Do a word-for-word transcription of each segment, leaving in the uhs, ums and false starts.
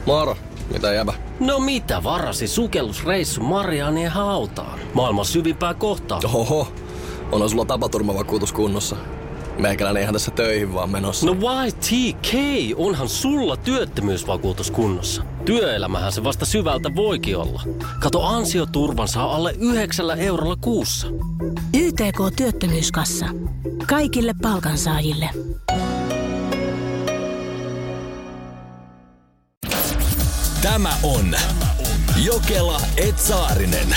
Moro, mitä jäbä? No mitä varasi sukellusreissu Marianien hautaan? Maailman syvimpää kohtaa. Oho, onhan sulla tapaturmavakuutus kunnossa. Meikäläinen ihan tässä töihin vaan menossa. No why T K? Onhan sulla työttömyysvakuutus kunnossa. Työelämähän se vasta syvältä voikin olla. Kato, ansioturvan saa alle yhdeksällä eurolla kuussa. Y T K-työttömyyskassa. Kaikille palkansaajille. Tämä on Jokela et Saarinen.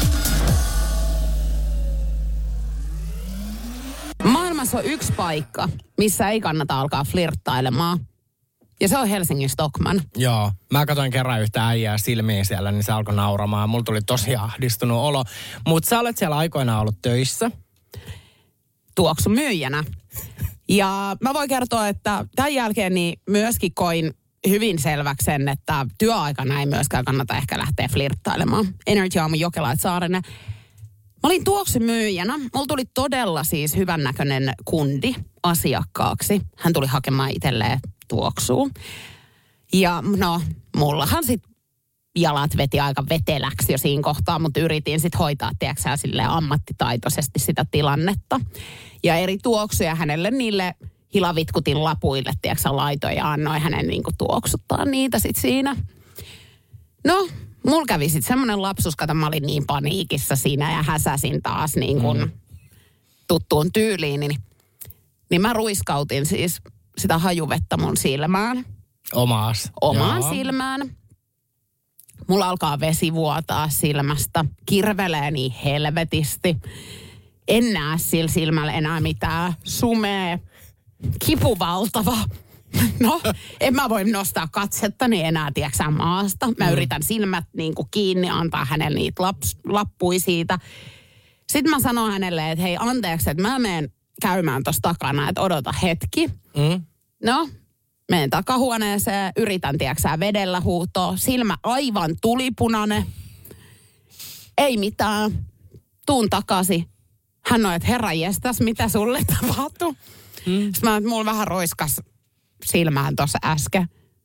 Maailmassa on yksi paikka, missä ei kannata alkaa flirttailemaan. Ja se on Helsingin Stockman. Joo. Mä katsoin kerran yhtä äijää silmiin siellä, niin se alkoi nauramaan. Mulla tuli tosi ahdistunut olo. Mutta sä olet siellä aikoinaan ollut töissä. Tuoksumyyjänä. Ja mä voin kertoa, että tämän jälkeen niin myöskin koin hyvin selväksi sen, että työaikana ei myöskään kannata ehkä lähteä flirttailemaan. Energy Aamu Jokela et Saarinen. Mä olin tuoksumyyjänä. Mulla tuli todella siis hyvännäköinen kundi asiakkaaksi. Hän tuli hakemaan itselleen tuoksua. Ja no, mullahan sit jalat veti aika veteläksi jo siinä kohtaa, mutta yritin sit hoitaa, tiedätkö silleen ammattitaitoisesti sitä tilannetta. Ja eri tuoksuja hänelle niille hilavitkutin lapuille, tiedätkö laitoin ja annoin hänen niinku tuoksuttaa niitä sit siinä. No, mulla kävi sitten semmoinen lapsus, kato mä olin niin paniikissa siinä ja häsäsin taas niin kuin mm. tuttuun tyyliin. Niin, niin mä ruiskautin siis sitä hajuvettä mun silmään. Omaas. Omaan Joo. silmään. Mulla alkaa vesi vuotaa silmästä. Kirvelee niin helvetisti. En näe sillä silmällä enää mitään. Sumee. Kipuvaltava. No, en mä voi nostaa katsettani enää, tiedäksä, maasta. Mä mm. yritän silmät niin kuin kiinni, antaa hänelle niitä laps, lappui siitä. Sitten mä sanon hänelle, että hei, anteeksi, että mä menen käymään tuossa takana, että odota hetki. Mm. No, menen takahuoneeseen, yritän, tiedäksä, vedellä huutoa. Silmä aivan tulipunainen. Ei mitään. Tuun takaisin. Hän on, että herra jestas, mitä sulle tapahtui? Mm. Sitten mä, että mulla vähän roiskas silmään tuossa äsken.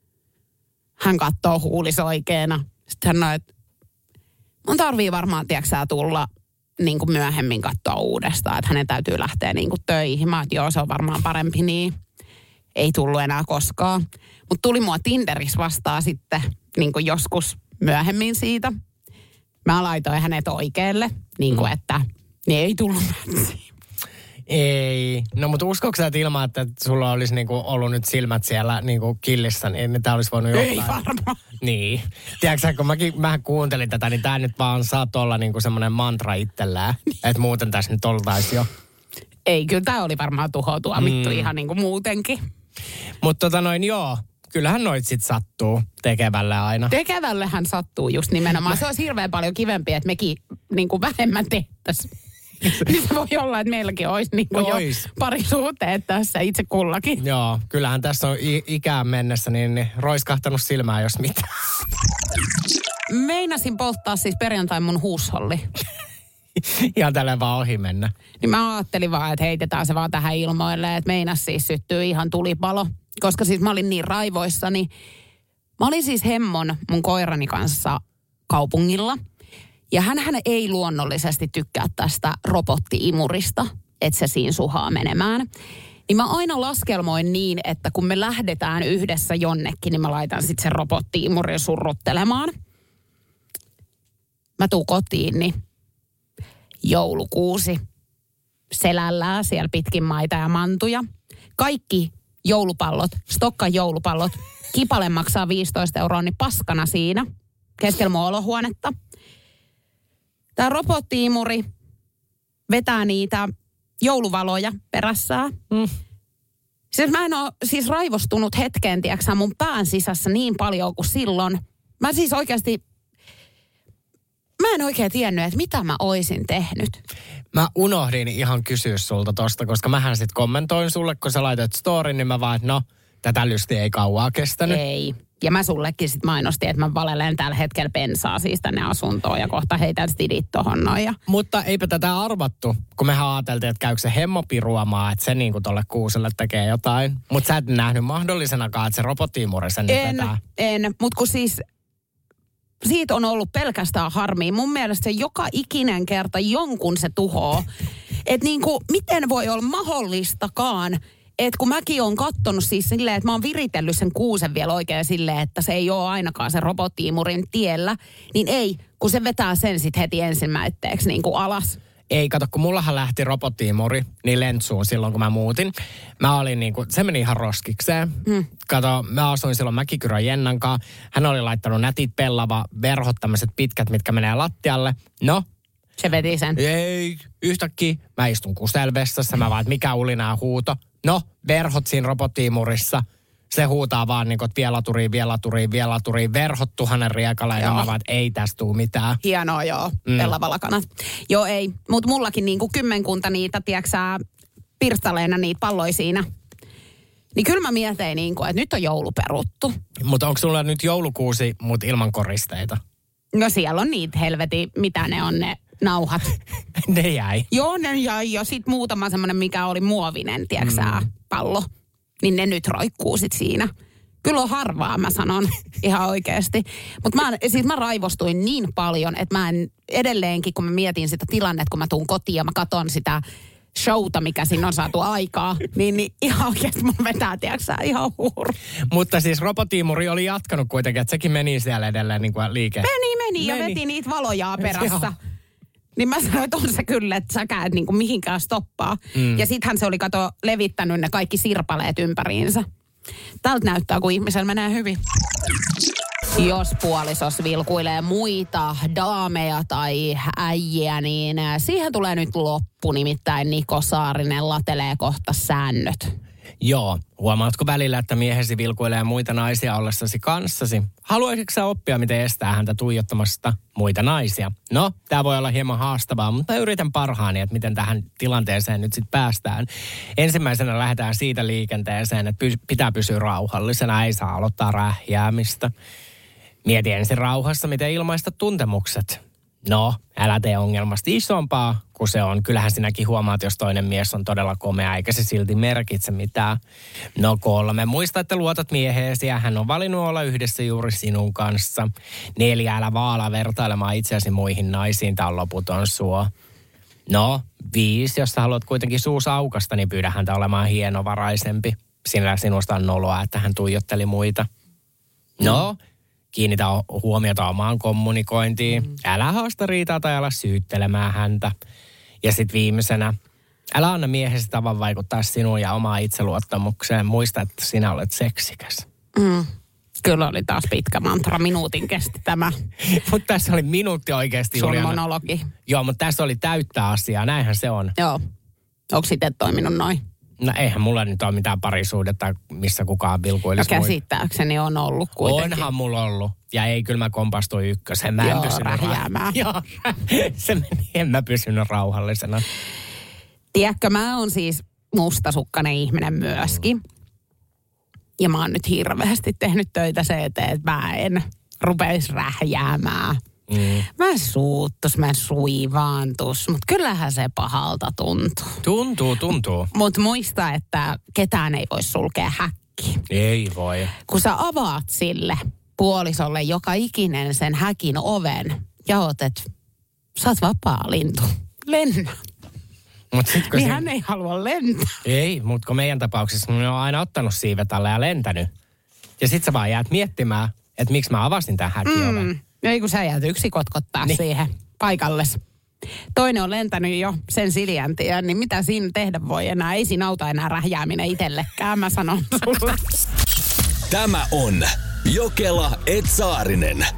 Hän katsoo huulisoikeena. Sitten hän sanoi, että mun tarvii varmaan, tiedätkö tulla niin kuin myöhemmin katsoa uudestaan, että hänen täytyy lähteä niin kuin töihin. Mä, että joo, se on varmaan parempi niin. Ei tullut enää koskaan. Mutta tuli mua Tinderissä vastaan sitten niin kuin joskus myöhemmin siitä. Mä laitoin hänet oikealle, niin kuin että niin ei tullut mätsiin. Ei. No mutta uskoiko sä, että ilman, että sulla olisi niinku ollut nyt silmät siellä niinku killissä, niin tää olisi voinut jotain? Ei varmaan. Niin. Tiedätkö kun mäkin, mähän kuuntelin tätä, niin tää nyt vaan saat olla niinku semmoinen mantra itsellään. Että muuten tässä nyt oltaisi jo. Ei, kyllä tää oli varmaan tuhoutua mittu mm. ihan niinku muutenkin. Mutta tota noin, joo. Kyllähän noit sit sattuu tekevälle aina. Tekevällehän sattuu just nimenomaan. Se olisi hirveän paljon kivempiä, että mekin niinku vähemmän tehtäisiin. Niin se voi olla, että meilläkin olisi niin kuin Ois. jo parisuhteet tässä itse kullakin. Joo, kyllähän tässä on i- ikään mennessä niin roiskahtanut silmää, jos mitä. Meinasin polttaa siis perjantain mun huusholli. Ihan tälleen vaan ohi mennä. Niin mä ajattelin vaan, että heitetään se vaan tähän ilmoille, että meinas siis syttyy ihan tulipalo. Koska siis mä olin niin raivoissani. Mä olin siis Hemmon mun koirani kanssa kaupungilla. Ja hänhän ei luonnollisesti tykkää tästä robotti-imurista, että se siinä suhaa menemään. Niin mä aina laskelmoin niin, että kun me lähdetään yhdessä jonnekin, niin mä laitan sitten sen robotti-imurin surruttelemaan. Mä tuun kotiin, niin joulukuusi selällään siellä pitkin maita ja mantuja. Kaikki joulupallot, Stokkan joulupallot, kipale maksaa viisitoista euroa, niin paskana siinä keskellä mun olohuonetta. Tämä robotti-imuri vetää niitä jouluvaloja perässään. Mm. Siis mä en ole siis raivostunut hetkeen, tiiäksä, mun pään sisässä niin paljon kuin silloin. Mä siis oikeasti, mä en oikein tiennyt, että mitä mä oisin tehnyt. Mä unohdin ihan kysyä sulta tosta, koska mähän sit kommentoin sulle, kun sä laitoit storin, niin mä vaan, että no, tätä lystiä ei kauaa kestänyt. Ei. Ja mä sullekin sit mainostin, että mä valelen tällä hetkellä bensaa siis tänne asuntoon ja kohta heitän stidit tohon noin. Ja... Mutta eipä tätä arvattu, kun mehän ajateltiin, että käykö se hemmo piruamaan, että se niinku tolle kuuselle tekee jotain. Mutta sä et nähnyt mahdollisenakaan, että se robottiimuri sen nyt En, vetää. en. Mutta kun siis siitä on ollut pelkästään harmia. Mun mielestä se joka ikinen kerta jonkun se tuhoo. Että niinku, miten voi olla mahdollistakaan, että kun mäkin on kattonut siis silleen, että mä oon viritellyt sen kuusen vielä oikein silleen, että se ei ole ainakaan sen robottiimurin tiellä, niin ei, kun se vetää sen sitten heti ensimmäitteeksi niin kuin alas. Ei, kato, kun mullahan lähti robottiimuri niin lentsuun silloin, kun mä muutin. Mä olin niin kuin, se meni ihan roskikseen. Hmm. Kato, mä asuin silloin Mäkikyrön Jennan kanssa. Hän oli laittanut nätit pellava verhot, tämmöiset pitkät, mitkä menee lattialle. No. Se veti sen. Ei, yhtäkkiä mä istun kuselvessassa, mä vaan, että mikä ulinaa huuto. No, verhot siinä robottiimurissa. Se huutaa vaan niin kuin, että vielä laturiin, vielä laturiin, vielä laturiin. Verhot tuhannen riekalla ja mä vaan, että ei tästä tule mitään. Hienoa, joo. Mm. Pellavalakanat. Joo, ei. Mutta mullakin niin kuin kymmenkunta niitä, tiedätkö sä, pirstaleena niitä palloja siinä. Niin kyllä mä mietin, niin kuin, että nyt on joulu peruttu. Mutta onko sulla nyt joulukuusi, mutta ilman koristeita? No siellä on niitä helveti, mitä ne on ne nauhat. Ne jäi. Joo, ne jäi. Ja sitten muutama semmoinen, mikä oli muovinen, tiedätkö sä, mm. pallo. Niin ne nyt roikkuu sit siinä. Kyllä on harvaa, mä sanon ihan oikeasti. Mutta mä, siis mä raivostuin niin paljon, että mä en edelleenkin, kun mä mietin sitä tilannetta, kun mä tuun kotiin ja mä katon sitä showta, mikä siinä on saatu aikaa, niin, niin ihan oikeasti mun vetää, tiedätkö ihan huuru. Mutta siis robottiimuri oli jatkanut kuitenkin, että sekin meni siellä edelleen niin kuin liike. Meni, meni, meni ja veti niitä valojaa perässä. Niin mä sanoin, että on se kyllä, että sä käät niin kuin mihinkään stoppaa. Mm. Ja sittenhän se oli, kato, levittänyt ne kaikki sirpaleet ympäriinsä. Tältä näyttää, kun ihmisellä menee hyvin. Jos puolisos vilkuilee muita daameja tai äijiä, niin siihen tulee nyt loppu. Nimittäin Niko Saarinen latelee kohta säännöt. Joo. Huomaatko välillä, että miehesi vilkuilee muita naisia ollessasi kanssasi? Haluaisitko sä oppia, miten estää häntä tuijottamasta muita naisia? No, tämä voi olla hieman haastavaa, mutta yritän parhaani, että miten tähän tilanteeseen nyt sitten päästään. Ensimmäisenä lähdetään siitä liikenteeseen, että pitää pysyä rauhallisena, ei saa aloittaa rähjäämistä. Mieti ensin rauhassa, miten ilmaista tuntemukset. No, älä tee ongelmasta isompaa kuin se on. Kyllähän sinäkin huomaat, jos toinen mies on todella komea, eikä se silti merkitse mitään. No kolme, muista, että luotat mieheesi ja hän on valinnut olla yhdessä juuri sinun kanssa. Neljä, älä vaala vertailemaan itseäsi muihin naisiin, tämä on loputon suo. No, viisi, jos sä haluat kuitenkin suus aukasta, niin pyydä häntä olemaan hienovaraisempi. Sinä sinusta on noloa, että hän tuijotteli muita. No, mm. Kiinnitä huomiota omaan kommunikointiin. Mm. Älä haasta riitaa tai ala syyttelemään häntä. Ja sitten viimeisenä, älä anna miehesi tavan vaikuttaa sinuun ja omaan itseluottamukseen. Muista, että sinä olet seksikäs. Mm. Kyllä oli taas pitkä mantra. Minuutin kesti tämä. Mutta tässä oli minuutti oikeasti. Sun Juliana. monologi. Joo, mutta tässä oli täyttä asiaa. Näinhän se on. Joo. Onko sitten toiminut noin? No eihän mulla nyt ole mitään parisuudetta, missä kukaan vilkuilisi. No käsittääkseni on ollut kuitenkin. Onhan mulla ollut. Ja ei, kyllä mä kompastuin ykkösen. Mä en Joo, pysynyt rähjäämään. Joo, se meni, en mä pysynyt rauhallisena. Tiedätkö, mä oon siis mustasukkainen ihminen myöskin. Ja mä oon nyt hirveästi tehnyt töitä se eteen, että mä en rupeisi rähjäämään. Mm. Mä suuttus, mä suivaantus, mutta kyllähän se pahalta tuntuu. Tuntuu, tuntuu. Mutta muista, että ketään ei voi sulkea häkkiä. Ei voi. Kun sä avaat sille puolisolle joka ikinen sen häkin oven ja oot, että sä oot vapaa lintu, lennä. Mut sit, niin se... hän ei halua lentää. Ei, mutta kun meidän tapauksessa ne on aina ottanut siivet alle ja lentänyt. Ja sit sä vaan jäät miettimään, että miksi mä avasin tämän häkin mm. oven. Ei kun sä jäät yksi kotkottaa niin. siihen paikalles. Toinen on lentänyt jo sen siljäntiä, niin mitä siinä tehdä voi enää? Ei siinä auta enää rähjääminen itsellekään, mä sanon sulle. Tämä on Jokela et Saarinen.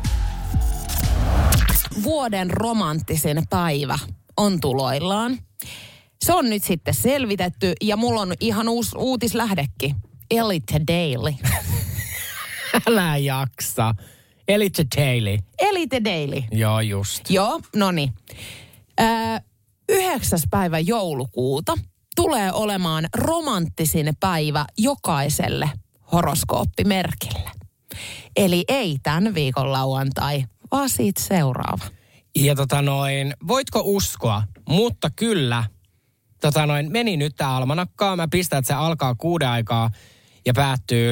Vuoden romanttisin päivä on tuloillaan. Se on nyt sitten selvitetty ja mulla on ihan uusi uutislähdekin. Elite Daily. Älä jaksa. Elite Daily. Elite Daily. Joo, just. Joo, no niin. Yhdeksäs päivä joulukuuta tulee olemaan romanttisin päivä jokaiselle horoskooppimerkille. Eli ei tämän viikon lauantai, vaan siitä seuraava. Ja tota noin, voitko uskoa, mutta kyllä, tota noin, meni nyt tää almanakkaa. Mä pistän, että se alkaa kuuden aikaa ja päättyy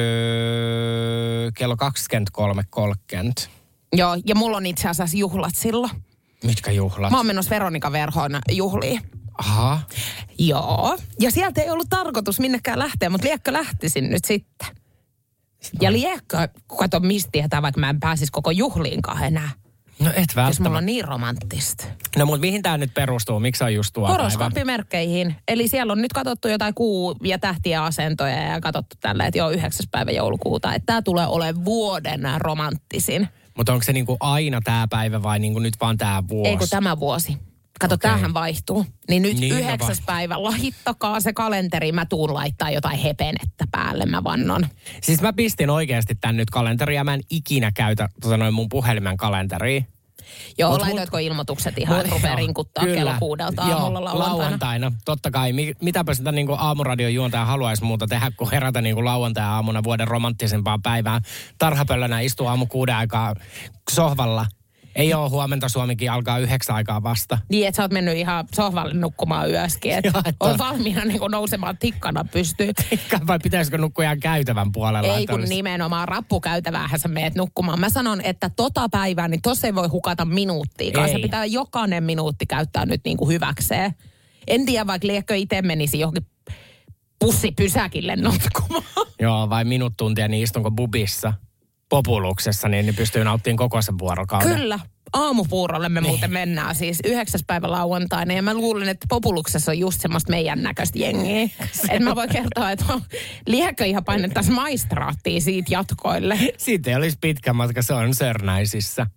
kello kaksikymmentäkolme kolmekymmentä. Joo, ja mulla on itse asiassa juhlat silloin. Mitkä juhlat? Mä oon menossa Veronika Verhoon juhliin. Aha. Joo, ja sieltä ei ollut tarkoitus minnekään lähteä, mutta liekka lähtisin nyt sitten. Ja liekka, kato mistä tietää, vaikka mä en pääsisi koko juhliinkaan enää. No et välttämättä. Jos mulla on niin romanttista. No mutta mihin tää nyt perustuu? Miksi on just tuo päivä? Horoskooppimerkkeihin. Eli siellä on nyt katsottu jotain kuu- ja tähtien asentoja ja katsottu tällä, että joo, yhdeksäs päivä joulukuuta. Että tää tulee olemaan vuoden romanttisin. Mutta onko se niinku aina tää päivä vai niinku nyt vaan tää vuosi? Ei kun tämä vuosi. Kato, okay. Tämähän vaihtuu. Niin nyt niin, yhdeksäs päivä, lahittakaa se kalenteri. Mä tuun laittaa jotain hepenettä päälle, mä vannon. Siis mä pistin oikeasti tän nyt kalenteriin ja mä en ikinä käytä tota noin mun puhelimen kalenteriin. Joo, Mut laitoitko mut, ilmoitukset ihan, että rupeaa rinkuttaa kyllä, kello kuudelta aamulla lauantaina? lauantaina. Totta kai. Mitäpä sitä niin kuin aamuradion juontaja haluaisi muuta tehdä, kun herätä niin kuin lauantai-aamuna vuoden romanttisempaa päivää. Tarhapöllönä istuu aamu kuuden aikaa sohvalla. Ei ole huomenta, Suomikin alkaa yhdeksän aikaa vasta. Niin, että sä oot mennyt ihan sohvalle nukkumaan yöskin. Että Joo, että on valmiina niin kuin nousemaan tikkana pystyyn. Vai pitäisikö nukkua ihan käytävän puolella? Ei, kun olisi nimenomaan rappukäytäväähän sä meet nukkumaan. Mä sanon, että tota päivää, niin tossa ei voi hukata minuuttiikaan. Se pitää jokainen minuutti käyttää nyt niin kuin hyväkseen. En tiedä, vaikka liekö itse menisi johonkin pussipysäkille nukkumaan. Joo, vai minut tuntia, niin istunko bubissa, populuksessa, niin, niin pystyy nauttimaan koko sen vuorokauden. Kyllä. Aamupuurolle me muuten mennään siis yhdeksäs päivä lauantaina. Ja mä luulen, että populuksessa on just semmoista meidän näköistä jengiä. Että mä voin kertoa, että liekö ihan painettaisiin maistraattia siitä jatkoille. Siitä ei olisi pitkä matka, se on Sörnäisissä.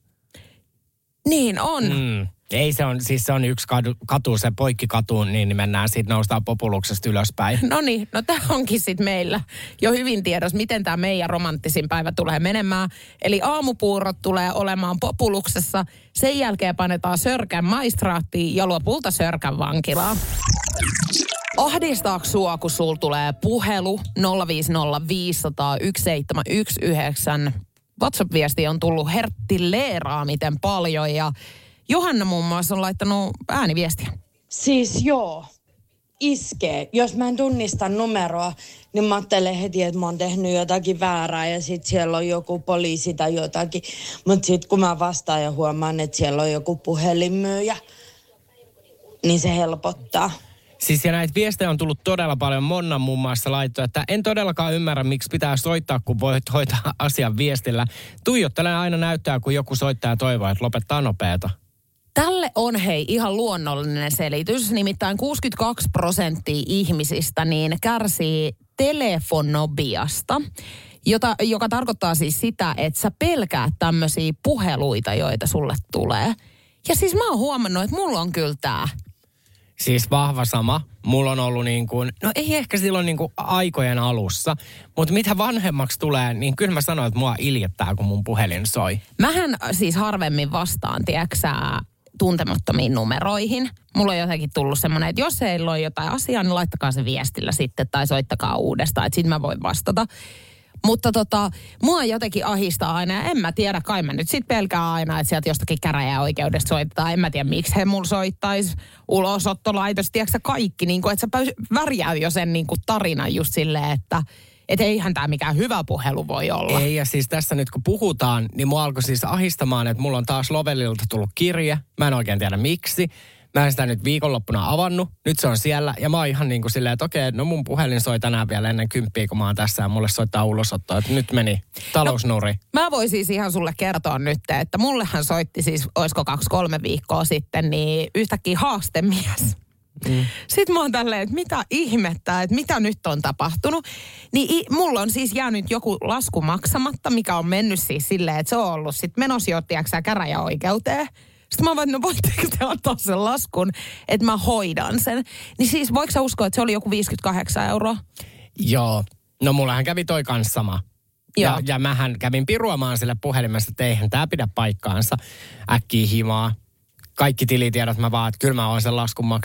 Niin on. Mm. Ei se on, siis se on yksi katu, katu se poikkikatu, niin mennään siitä noustaan populuksesta ylöspäin. No niin, no tämä onkin sitten meillä jo hyvin tiedossa, miten tämä meidän romanttisin päivä tulee menemään. Eli aamupuurot tulee olemaan populuksessa, sen jälkeen painetaan Sörkän maistraattiin ja lopulta Sörkän vankilaan. Ahdistaako sua, kun sul tulee puhelu nolla viisi nolla viisi nolla nolla yksi seitsemän yksi yhdeksän? WhatsApp-viesti on tullut herttilleeraa miten paljon ja Johanna muun muassa on laittanut ääniviestiä. Siis joo, iskee. Jos mä en tunnista numeroa, niin mä ajattelen heti, että mä oon tehnyt jotakin väärää ja sit siellä on joku poliisi tai jotakin. Mut sit kun mä vastaan ja huomaan, että siellä on joku puhelinmyyjä, niin se helpottaa. Siis ja näitä viestejä on tullut todella paljon. Monna muun muassa laittoi, että en todellakaan ymmärrä, miksi pitää soittaa, kun voit hoitaa asian viestillä. Tuijottelen aina näyttää, kun joku soittaa ja toivoo, että lopettaa nopeata. Tälle on hei ihan luonnollinen selitys. Nimittäin kuusikymmentäkaksi prosenttia ihmisistä niin kärsii telefonobiasta, jota, joka tarkoittaa siis sitä, että sä pelkäät tämmöisiä puheluita, joita sulle tulee. Ja siis mä oon huomannut, että mulla on kyllä tää. Siis vahva sama. Mulla on ollut niin kuin, no ei ehkä silloin niin kuin aikojen alussa, mutta mitä vanhemmaksi tulee, niin kyllä mä sanoin, että mua iljettää, kun mun puhelin soi. Mähän siis harvemmin vastaan, tiedäksä, tuntemattomiin numeroihin. Mulla on jotenkin tullut semmoinen, että jos ei ole jotain asiaa, niin laittakaa se viestillä sitten tai soittakaa uudestaan, että sit mä voin vastata. Mutta tota, mua jotenkin ahistaa aina ja en mä tiedä, kai mä nyt sit pelkää aina, että sieltä jostakin käräjäoikeudesta soittaa. En mä tiedä, miksi he mulla soittaisi, ulosottolaitos, tiedätkö kaikki, niin kuin, että sä värjää jo sen niin kuin tarinan just silleen, että et eihän tämä mikään hyvä puhelu voi olla. Ei, ja siis tässä nyt kun puhutaan, niin mua alkoi siis ahistamaan, että mulla on taas Lovelilta tullut kirje. Mä en oikein tiedä miksi. Mä en sitä nyt viikonloppuna avannut. Nyt se on siellä. Ja mä oon ihan niin kuin silleen, että okei, no mun puhelin soi tänään vielä ennen kymppiä, kun mä oon tässä ja mulle soittaa ulosottoa. Että nyt meni talousnuri. No, mä voin siis ihan sulle kertoa nyt, että mullehan soitti siis, oisko kaksi-kolme viikkoa sitten, niin yhtäkkiä haastemies. Mm. Sitten mä oon tälleen, että mitä ihmettä, että mitä nyt on tapahtunut. Niin i, mulla on siis jäänyt joku lasku maksamatta, mikä on mennyt siis silleen, että se on ollut sitten menossa jo, tiiäksä, käräjäoikeuteen. Sitten mä oon että no voitteko te ottaa sen laskun, että mä hoidan sen. Niin siis voiko sä uskoa, että se oli joku viisikymmentäkahdeksan euroa? Joo. No mullahan kävi toi kanssa sama. Joo. Ja, ja mähän kävin piruamaan sille puhelimessa, että eihän tää pidä paikkaansa. Äkkiä himaa. Kaikki tilitiedot mä vaan, että kyllä mä oon sen laskun maksanut.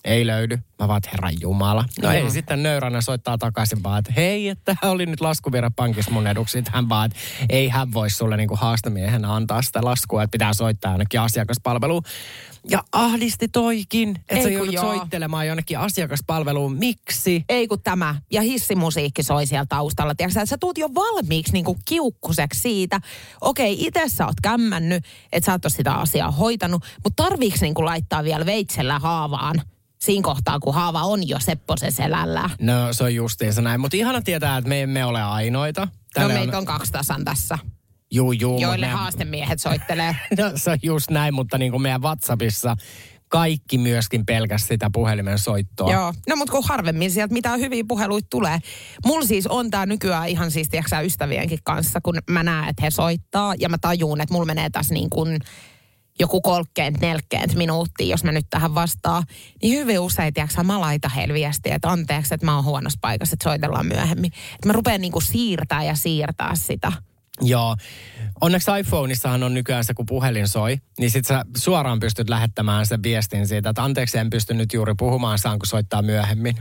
Ei löydy. Mä vaan, herran jumala. No ei, sitten nöyränä soittaa takaisin vaan, että hei, että oli nyt laskuvirra pankissa mun eduksi. Hän vaan, että ei hän voi sulle niinku haastamiehenä antaa sitä laskua, että pitää soittaa ainakin asiakaspalveluun. Ja ahdisti toikin, että sä joudut soittelemaan jonnekin asiakaspalveluun. Miksi? Ei kun tämä. Ja hissimusiikki soi siellä taustalla. Tiedätkö, että sä tuut jo valmiiksi niinku kiukkuseksi siitä. Okei, itse sä oot kämmännyt, että sä et ole sitä asiaa hoitanut. Mutta tarviiks niinku laittaa vielä veitsellä haavaan siinä kohtaa, kun haava on jo Sepposen selällä? No se on justiinsa näin. Mutta ihana tietää, että me emme ole ainoita. Tälle no meitä on... on kaksi tasan tässä. Juu, juu. Joille meidän... haastemiehet soittelee. No se on just näin, mutta niin kuin meidän WhatsAppissa kaikki myöskin pelkäs sitä puhelimen soittoa. Joo, no mutta kun harvemmin sieltä mitään hyviä puheluita tulee. Mulla siis on tää nykyään ihan siis tiiäksä ystävienkin kanssa, kun mä näen, että he soittaa ja mä tajuun, että mulla menee tässä niin kuin joku kolmekymmentä neljäkymmentä minuuttia, jos mä nyt tähän vastaan. Niin hyvin usein, tiiäksä, mä laitan heille viestiä, että anteeksi, että mä oon huonossa paikassa, että soitellaan myöhemmin. Että mä rupean niin kuin siirtää ja siirtää sitä. Joo. Onneksi iPhoneissahan on nykyään se, kun puhelin soi, niin sit sä suoraan pystyt lähettämään sen viestin siitä, että anteeksi, en pysty nyt juuri puhumaan, saanko soittaa myöhemmin.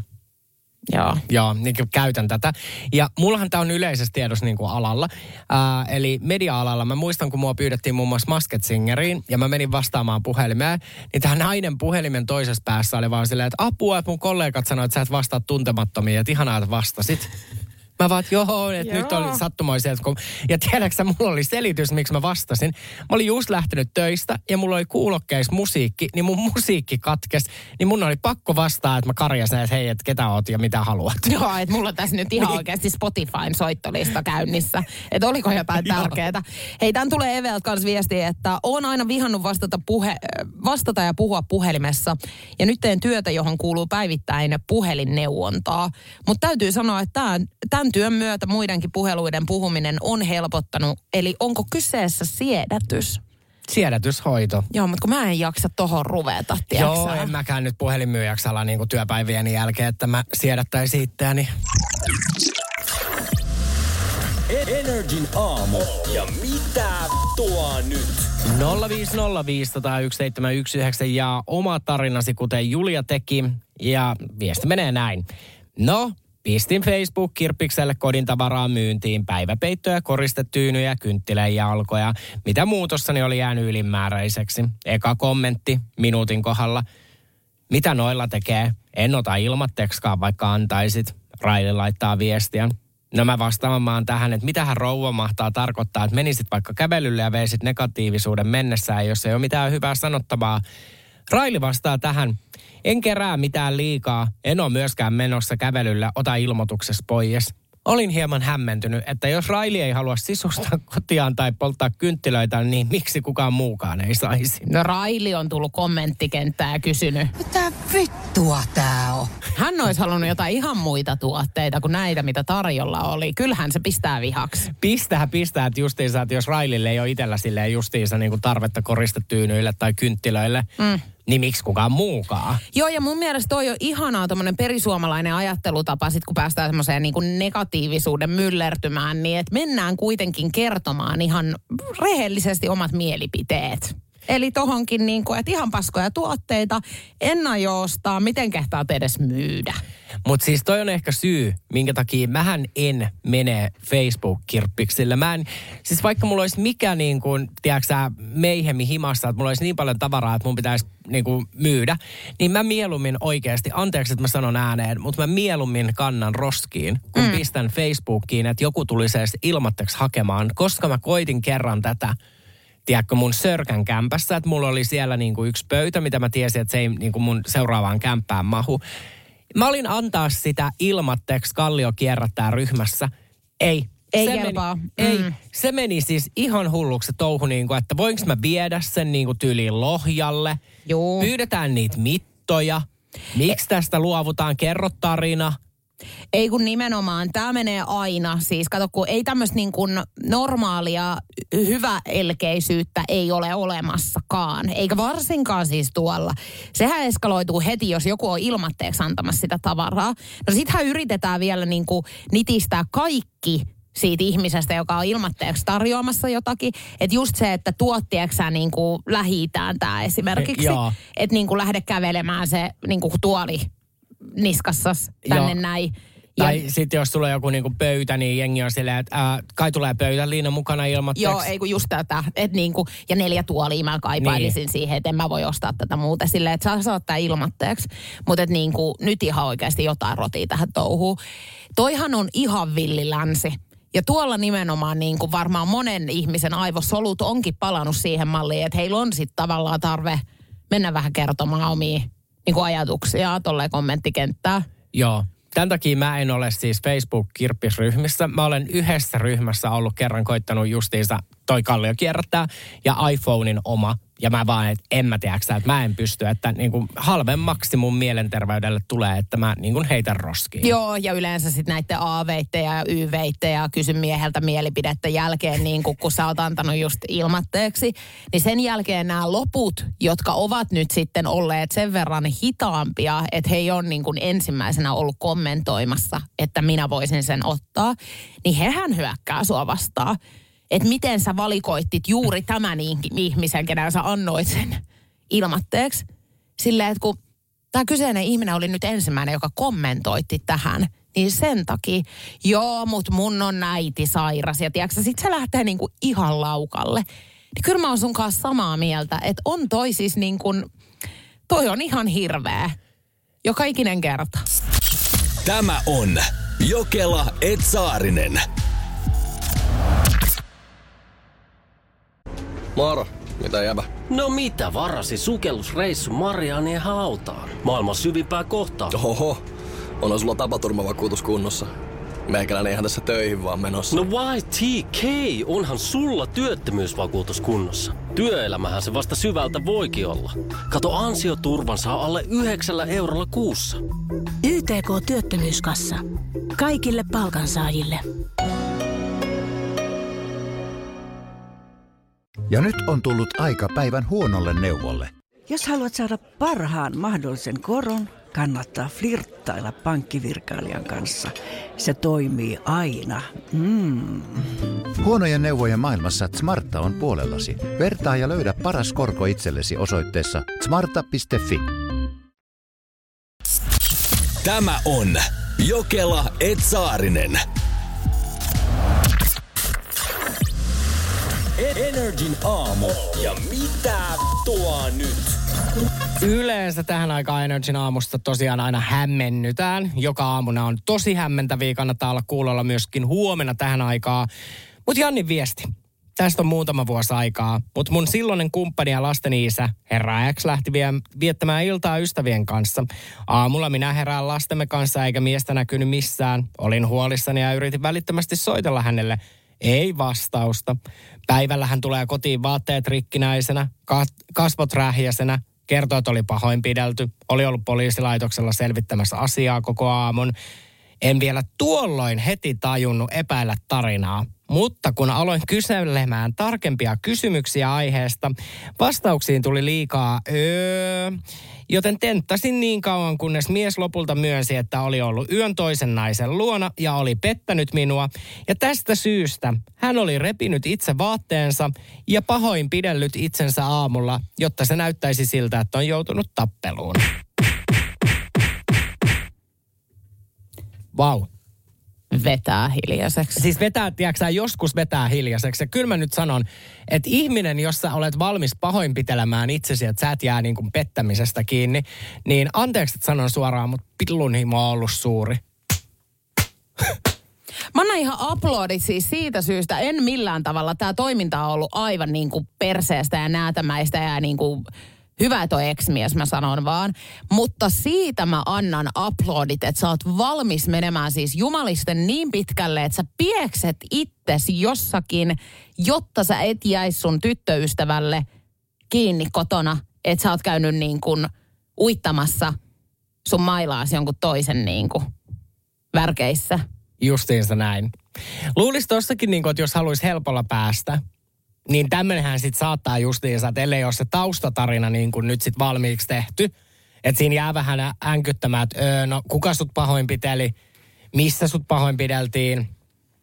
Joo. Joo, niin käytän tätä. Ja mullahan tää on yleisessä tiedossa niin kuin alalla. Ää, eli media-alalla. Mä muistan, kun mua pyydettiin muun muassa Masked Singeriin ja mä menin vastaamaan puhelimeen. Niin tähän nainen puhelimen toisessa päässä oli vaan silleen, että apua, että mun kollegat sanoivat, että sä et vastaa tuntemattomia, että ihanaa, että vastasit. Mä vaan, että joo, että nyt oli sattumoisia. Kun... Ja tiedätkö, mulla oli selitys, miksi mä vastasin. Mä olin just lähtenyt töistä ja mulla oli kuulokkeis musiikki, niin mun musiikki katkesi. Niin mun oli pakko vastaa, että mä karjasin, että hei, että ketä oot ja mitä haluat. Joo, että mulla on tässä nyt ihan oikeasti Spotifyn soittolista käynnissä. Että oliko jotain tärkeää. Hei, tän tulee Eveltä kanssa viestiä, että oon aina vihannut vastata, puhe, vastata ja puhua puhelimessa. Ja nyt teen työtä, johon kuuluu päivittäin puhelinneuvontaa. Mutta täytyy sanoa, että tämän, tämän työn myötä muidenkin puheluiden puhuminen on helpottanut. Eli onko kyseessä siedätys? Siedätyshoito. Joo, mutta kun mä en jaksa tohon ruveta, tiiäksä? Joo, en mäkään nyt puhelinmyyjäksi ala niin kuin työpäivien jälkeen, että mä siedättäisin itseäni. Energin aamu. Ja mitä tuo nyt? nolla viisi nolla viisi nolla nolla yksi seitsemän yksi yhdeksän ja oma tarinasi, kuten Julia teki. Ja viesti menee näin. No, pistin Facebook-kirppikselle kodin tavaraa myyntiin, päiväpeittoja, koristetyynyjä, kynttilänjalkoja. Mitä muutossani oli jäänyt ylimääräiseksi. Eka kommentti minuutin kohdalla. Mitä noilla tekee? En ota ilmatteksikaan, vaikka antaisit. Raili laittaa viestiä. No mä vastaamaan tähän, että mitähän rouva mahtaa tarkoittaa, että menisit vaikka kävelylle ja veisit negatiivisuuden mennessään, jos ei ole mitään hyvää sanottavaa. Raili vastaa tähän. En kerää mitään liikaa, en ole myöskään menossa kävelyllä, ota ilmoituksessa pois. Olin hieman hämmentynyt, että jos Raili ei halua sisustaa kotiaan tai polttaa kynttilöitä, niin miksi kukaan muukaan ei saisi? No Raili on tullut kommenttikenttään ja kysynyt. Mitä vittua tää on? Hän olisi halunnut jotain ihan muita tuotteita kuin näitä, mitä tarjolla oli. Kyllähän se pistää vihaksi. Pistää, pistää, että justiinsa, että jos Railille ei ole itsellä silleen justiinsa niin kuin tarvetta koristetyynyille tai kynttilöille, mm. niin miksi kukaan muukaan? Joo, ja mun mielestä toi on ihanaa tommonen perisuomalainen ajattelutapa, sit kun päästään semmoiseen niin kuin negatiivisuuden myllertymään, niin että mennään kuitenkin kertomaan ihan rehellisesti omat mielipiteet. Eli tohonkin niin kuin, että ihan paskoja tuotteita, en aio ostaa, miten kehtaat edes myydä. Mutta siis toi on ehkä syy, minkä takia mähän en mene Facebook-kirppiksille. Mä en, siis vaikka mulla olisi mikä niin kuin, tiedätkö sä, meihemmin himassa, että mulla olisi niin paljon tavaraa, että mun pitäisi niin kuin myydä, niin mä mieluummin oikeasti, anteeksi, että mä sanon ääneen, mutta mä mieluummin kannan roskiin, kun mm. pistän Facebookiin, että joku tulisi edes ilmatteeksi hakemaan, koska mä koitin kerran tätä. Tiedätkö, mun Sörkän kämpässä, että mulla oli siellä niinku yksi pöytä, mitä mä tiesin, että se ei niinku mun seuraavaan kämppään mahu. Mä olin antaa sitä ilmatteeksi Kallio kierrättää ryhmässä. Ei. Ei se kelpaa. Meni, mm. Ei. Se meni siis ihan hulluksi se touhu, niinku, että voinko mä viedä sen niinku tyyliin Lohjalle. Joo. Pyydetään niitä mittoja. Miksi tästä luovutaan? Kerro tarina. Ei kun nimenomaan, tämä menee aina. Siis kato, kun ei tämmöistä niin kuin normaalia hyväelkeisyyttä ei ole olemassakaan. Eikä varsinkaan siis tuolla. Sehän eskaloituu heti, jos joku on ilmatteeksi antamassa sitä tavaraa. No sittenhän yritetään vielä niin kuin nitistää kaikki siitä ihmisestä, joka on ilmatteeksi tarjoamassa jotakin. Että just se, että tuottieksä sä niin kuin Lähi-Itään tää esimerkiksi. Että niin kuin lähde kävelemään se niin kuin tuoli niskassas tänne Joo. näin. Tai sitten jos tulee joku niinku pöytä, niin jengi on silleen, että ää, kai tulee pöytäliina mukana ilmatteeksi. Joo, ei kun just tätä. Et niinku, ja neljä tuolia mä kaipailisin niin. siihen, että en mä voi ostaa tätä muuta silleen, että saa saat tää ilmatteeksi. Mutta niinku, nyt ihan oikeasti jotain rotia tähän touhuun. Toihan on ihan villilänsi. Ja tuolla nimenomaan niin kuin varmaan monen ihmisen aivosolut onkin palannut siihen malliin, että heillä on sitten tavallaan tarve mennä vähän kertomaan omia niin kuin ajatuksia tolleen kommenttikenttään. Joo. Tämän takia mä en ole siis Facebook-kirppisryhmissä. Mä olen yhdessä ryhmässä ollut kerran koittanut justiinsa toi kallio kierrättää ja iPhonein oma. Ja mä vaan, että en mä tiedäksä, että mä en pysty, että niin kuin halvemmaksi mun mielenterveydelle tulee, että mä niin kuin heitän roskiin. Joo, ja yleensä sitten näiden A-veittejä ja Y-veittejä ja kysy mieheltä mielipidettä jälkeen, niin kuin kun sä oot antanut just ilmatteeksi, niin sen jälkeen nämä loput, jotka ovat nyt sitten olleet sen verran hitaampia, että he ei ole niin kuin ensimmäisenä ollut kommentoimassa, että minä voisin sen ottaa, niin hehän hyökkää sua vastaan. Että miten sä valikoittit juuri tämän ihmisen, kenellä sä annoit sen ilmatteeksi. Silleen, että kun tämä kyseinen ihminen oli nyt ensimmäinen, joka kommentoitti tähän, niin sen takia, joo, mut mun on äiti sairas. Ja tiedätkö, sit se lähtee niinku ihan laukalle. Niin kyllä mä oon sun kanssa samaa mieltä, että on toi siis niin kuin, toi on ihan hirveä. Joka ikinen kerta. Tämä on Jokela et Saarinen. Moro, mitä jäbä? No mitä varasi sukellusreissu Marianien hautaan? Maailman syvimpää kohtaa. Oho, on sulla tapaturmavakuutus kunnossa. Meikäläinen ihan tässä töihin vaan menossa. No why T K? Onhan sulla työttömyysvakuutus kunnossa. Työelämähän se vasta syvältä voikin olla. Kato, ansioturvan saa alle yhdeksällä eurolla kuussa. Y T K-työttömyyskassa. Kaikille palkansaajille. Ja nyt on tullut aika päivän huonolle neuvolle. Jos haluat saada parhaan mahdollisen koron, kannattaa flirttailla pankkivirkailijan kanssa. Se toimii aina. Mm. Huonojen neuvojen maailmassa Smarta on puolellasi. Vertaa ja löydä paras korko itsellesi osoitteessa smarta piste fi. Tämä on Jokela et Saarinen. Energin aamu. Ja mitä tuo nyt? Yleensä tähän aikaan Energin aamusta tosiaan aina hämmennytään. Joka aamuna on tosi hämmentäviä. Kannattaa olla kuulolla myöskin huomenna tähän aikaan. Mutta Jannin viesti. Tästä on muutama vuosi aikaa. Mutta mun silloinen kumppani ja lasteni isä, herra X, lähti vie, viettämään iltaa ystävien kanssa. Aamulla minä herään lastemme kanssa eikä miestä näkynyt missään. Olin huolissani ja yritin välittömästi soitella hänelle. Ei vastausta. Päivällä hän tulee kotiin vaatteet rikkinäisenä, kasvot rähjäisenä, kertoi, että oli pahoinpidelty, oli ollut poliisilaitoksella selvittämässä asiaa koko aamun. En vielä tuolloin heti tajunnut epäillä tarinaa, mutta kun aloin kyselemään tarkempia kysymyksiä aiheesta, vastauksiin tuli liikaa öö, joten tenttasin niin kauan, kunnes mies lopulta myönsi, että oli ollut yön toisen naisen luona ja oli pettänyt minua. Ja tästä syystä hän oli repinyt itse vaatteensa ja pahoinpidellyt itsensä aamulla, jotta se näyttäisi siltä, että on joutunut tappeluun. Vau. Wow. Vetää hiljaiseksi. Siis vetää, tiedätkö joskus vetää hiljaiseksi. Ja kyllä mä nyt sanon, että ihminen, jos sä olet valmis pahoinpitelemään itsesi, että sä et jää niin kuin pettämisestä kiinni, niin anteeksi, että sanon suoraan, mutta pillunhimo on ollut suuri. Mä annan ihan aplodit siis siitä syystä. En millään tavalla. Tämä toiminta on ollut aivan niin kuin perseestä ja näätämäistä ja niin kuin hyvä toi ex-mies, mä sanon vaan. Mutta siitä mä annan aplodit, että sä oot valmis menemään siis jumalisten niin pitkälle, että sä piekset itsesi jossakin, jotta sä et jäisi sun tyttöystävälle kiinni kotona, että sä oot käynyt niin kuin uittamassa sun mailaas jonkun toisen niin kuin värkeissä. Justiinsa näin. Luulisi tossakin, niin kuin, että jos haluaisi helpolla päästä, niin tämmöinenhän sitten saattaa justiinsa, että ellei ole se taustatarina niin kuin nyt sitten valmiiksi tehty. Että siinä jää vähän änkyttämään, että öö, no kuka sut pahoinpiteli, missä sut pahoinpideltiin.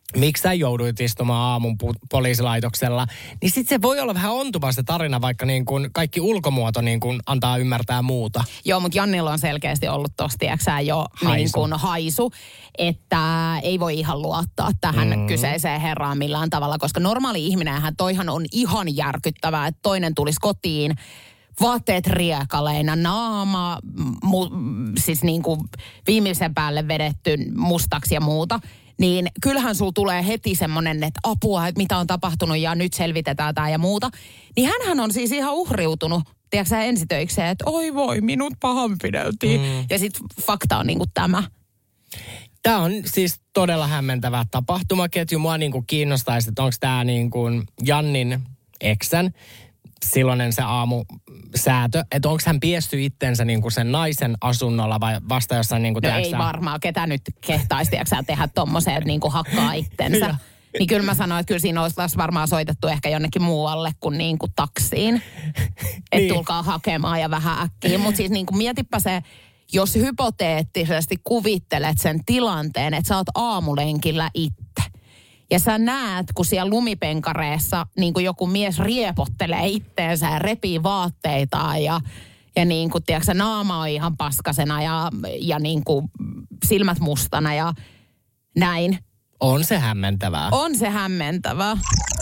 miksi sä jouduit istumaan aamun pu- poliisilaitoksella, niin sitten se voi olla vähän ontuva se tarina, vaikka niin kun kaikki ulkomuoto niin kun antaa ymmärtää muuta. Joo, mutta Jannilla on selkeästi ollut tossa, tiiäksä, jo haisu. Niin kun haisu, että ei voi ihan luottaa tähän mm. kyseiseen herraan millään tavalla, koska normaali ihminenhän toihan on ihan järkyttävää, että toinen tulisi kotiin, vaatteet riekaleina, naama, mu, siis niin kuin viimeisen päälle vedetty mustaksi ja muuta. Niin kyllähän sulla tulee heti semmoinen, että apua, että mitä on tapahtunut ja nyt selvitetään tämä ja muuta. Niin hänhän on siis ihan uhriutunut, tiedätkö sä, ensitöikseen, että oi voi, minut pahoinpideltiin. Mm. Ja sitten fakta on niin kuin tämä. Tämä on siis todella hämmentävä tapahtumaketju. Mua niin kuin kiinnostaisi, että onko tämä niin kuin Jannin eksän silloinen se aamusäätö, että onko hän piesty itsensä niin kuin sen naisen asunnolla vai vasta jossain niin kuin, no ei varmaan, ketä nyt kehtaisi tiiäksä, tehdä tommoseen, että niin kuin hakkaa itsensä. Niin kyllä mä sanoin, että kyllä siinä olisi varmaan soitettu ehkä jonnekin muualle kuin, niin kuin taksiin. Että niin. Tulkaa hakemaan ja vähän äkkiä. Mutta siis niin kuin mietipä se, jos hypoteettisesti kuvittelet sen tilanteen, että sä oot aamulenkillä itse. Ja sä näet, kun siellä lumipenkareessa niin kuin joku mies riepottelee itteensä ja repii vaatteitaan ja, ja niin kuin, tiedätkö, naama on ihan paskasena ja, ja niin kuin silmät mustana ja näin. On se hämmentävää. On se hämmentävää.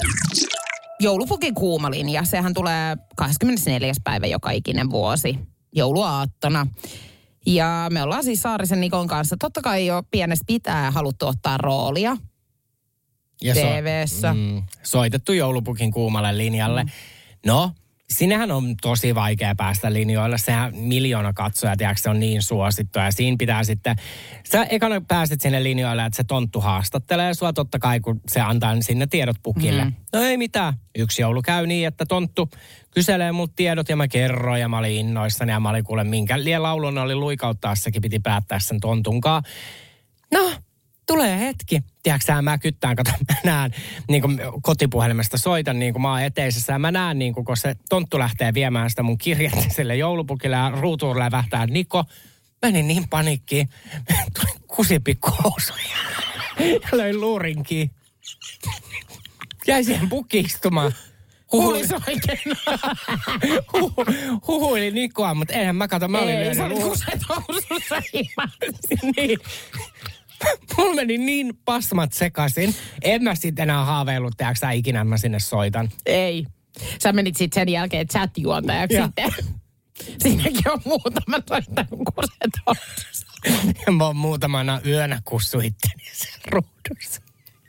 Joulupukin kuumalinja, sehän tulee kahdeskymmenesneljäs päivä joka ikinen vuosi, jouluaattona. Ja me ollaan siis Saarisen Nikon kanssa totta kai jo pienestä pitää haluttu ottaa roolia. Ja T V:ssä. So, mm, soitettu joulupukin kuumalle linjalle. Mm. No, sinnehän on tosi vaikea päästä linjoille. Sehän miljoona katsoja, tiedätkö, se on niin suosittu. Ja siinä pitää sitten, sä ekana pääset sinne linjoille, että se tonttu haastattelee sua totta kai, kun se antaa sinne tiedot pukille. Mm. No ei mitään. Yksi joulu käy niin, että tonttu kyselee mut tiedot ja mä kerroin ja mä olin innoissani. Ja mä olin kuule, minkä liian laulun oli luikauttaessakin, piti päättää sen tontunkaan. No, tulee hetki. Tiedätkö mä kyttään, kato, mä näen, niin kuin kotipuhelimesta soitan, niin kuin mä oon eteisessä, ja mä näen, niin kuin, kun se tonttu lähtee viemään sitä mun kirjettä sille joulupukille, ja ruutuun lävähtää Niko. Menin niin panikkiin. Tulin kusipikkuhousuja. Ja löin luurinkiin. Jäi siihen pukki istumaan. Huhuili oikein. Huhu, huhuili Nikoa, mutta eihän mä kato, mä olin Ei, lyönyt. se oli kuset housussa Niin. Mulla meni niin pasmat sekaisin. En mä sit enää haaveillut, tehdäänkö sä ikinä, mä sinne soitan. Ei. Sä menit sitten sen jälkeen chat-juontajaksi sitten. Siinäkin on muutama soittanut kuset housussa. Ja mä oon muutamana yönä kussu itteni sen ruudussa.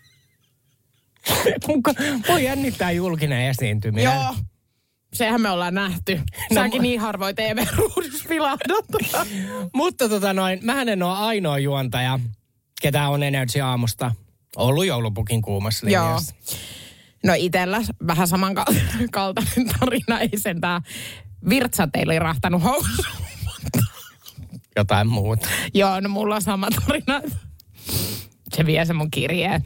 Voi jännittää julkinen esiintyminen. Joo. Sehän me ollaan nähty. Säkin no, niin harvoin T V-ruudussa pilahdat. Mutta tota noin, mähän en ole ainoa juontaja, ketä on Energy aamusta ollut joulupukin kuumassa linjassa. Joo. No itellä vähän samankaltainen tarina. Ei sentään virtsat ei lirahtanut housuun. Jotain muuta. Joo, no mulla on sama tarina. Se vie se mun kirjeen.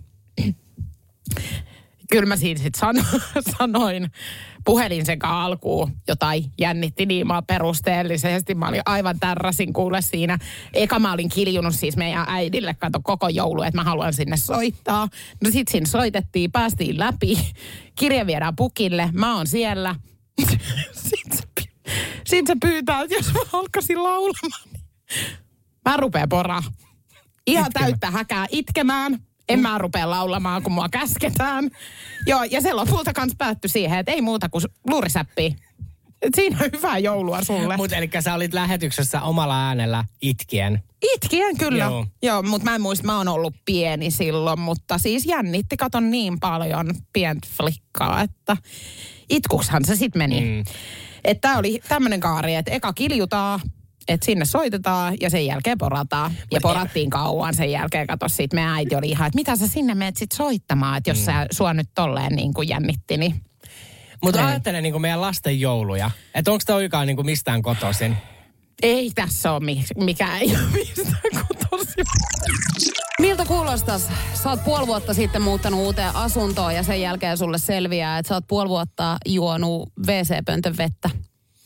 Kyllä mä siinä sitten sano, sanoin, puhelin sekä alkuun jotain jännitti niimaa perusteellisesti. Mä olin aivan tärräsin kuule siinä. Eka mä olin kiljunut siis meidän äidille, kato koko joulu, että mä haluan sinne soittaa. No sit siinä soitettiin, päästiin läpi. Kirje viedään pukille, mä oon siellä. Sitten se, sit se pyytää, että jos mä alkaisin laulamaan, niin mä rupean poraa. Ihan täyttä häkää itkemään. En mä rupea laulamaan, kun mua käsketään. Joo, ja se lopulta kans päättyi siihen, että ei muuta kuin luurisäppiä. Siinä on hyvää joulua sulle. Mutta eli sä olit lähetyksessä omalla äänellä itkien. Itkien kyllä. Joo, Joo mutta mä en muista, mä oon ollut pieni silloin, mutta siis jännitti, katon niin paljon pientä flikkaa, että itkukshan se sit meni. Mm. Että tää oli tämmönen kaari, että eka kiljutaan. Että sinne soitetaan ja sen jälkeen porataan. Ja porattiin kauan sen jälkeen. Kato, sit meidän äiti oli ihan, että mitä sä sinne menet sit soittamaan, että jos mm. sä sua nyt tolleen niin kuin jännitti, niin... Mutta ajattelen niin kuin meidän lasten jouluja. Että onko tämä oikein niin kuin mistään kotoisin? Ei tässä ole mi- mikä ei ole mistään kotoisin. Miltä kuulostas? Sä oot puoli vuotta sitten muuttanut uuteen asuntoon ja sen jälkeen sulle selviää, että sä oot puoli vuotta juonut wc-pöntön vettä.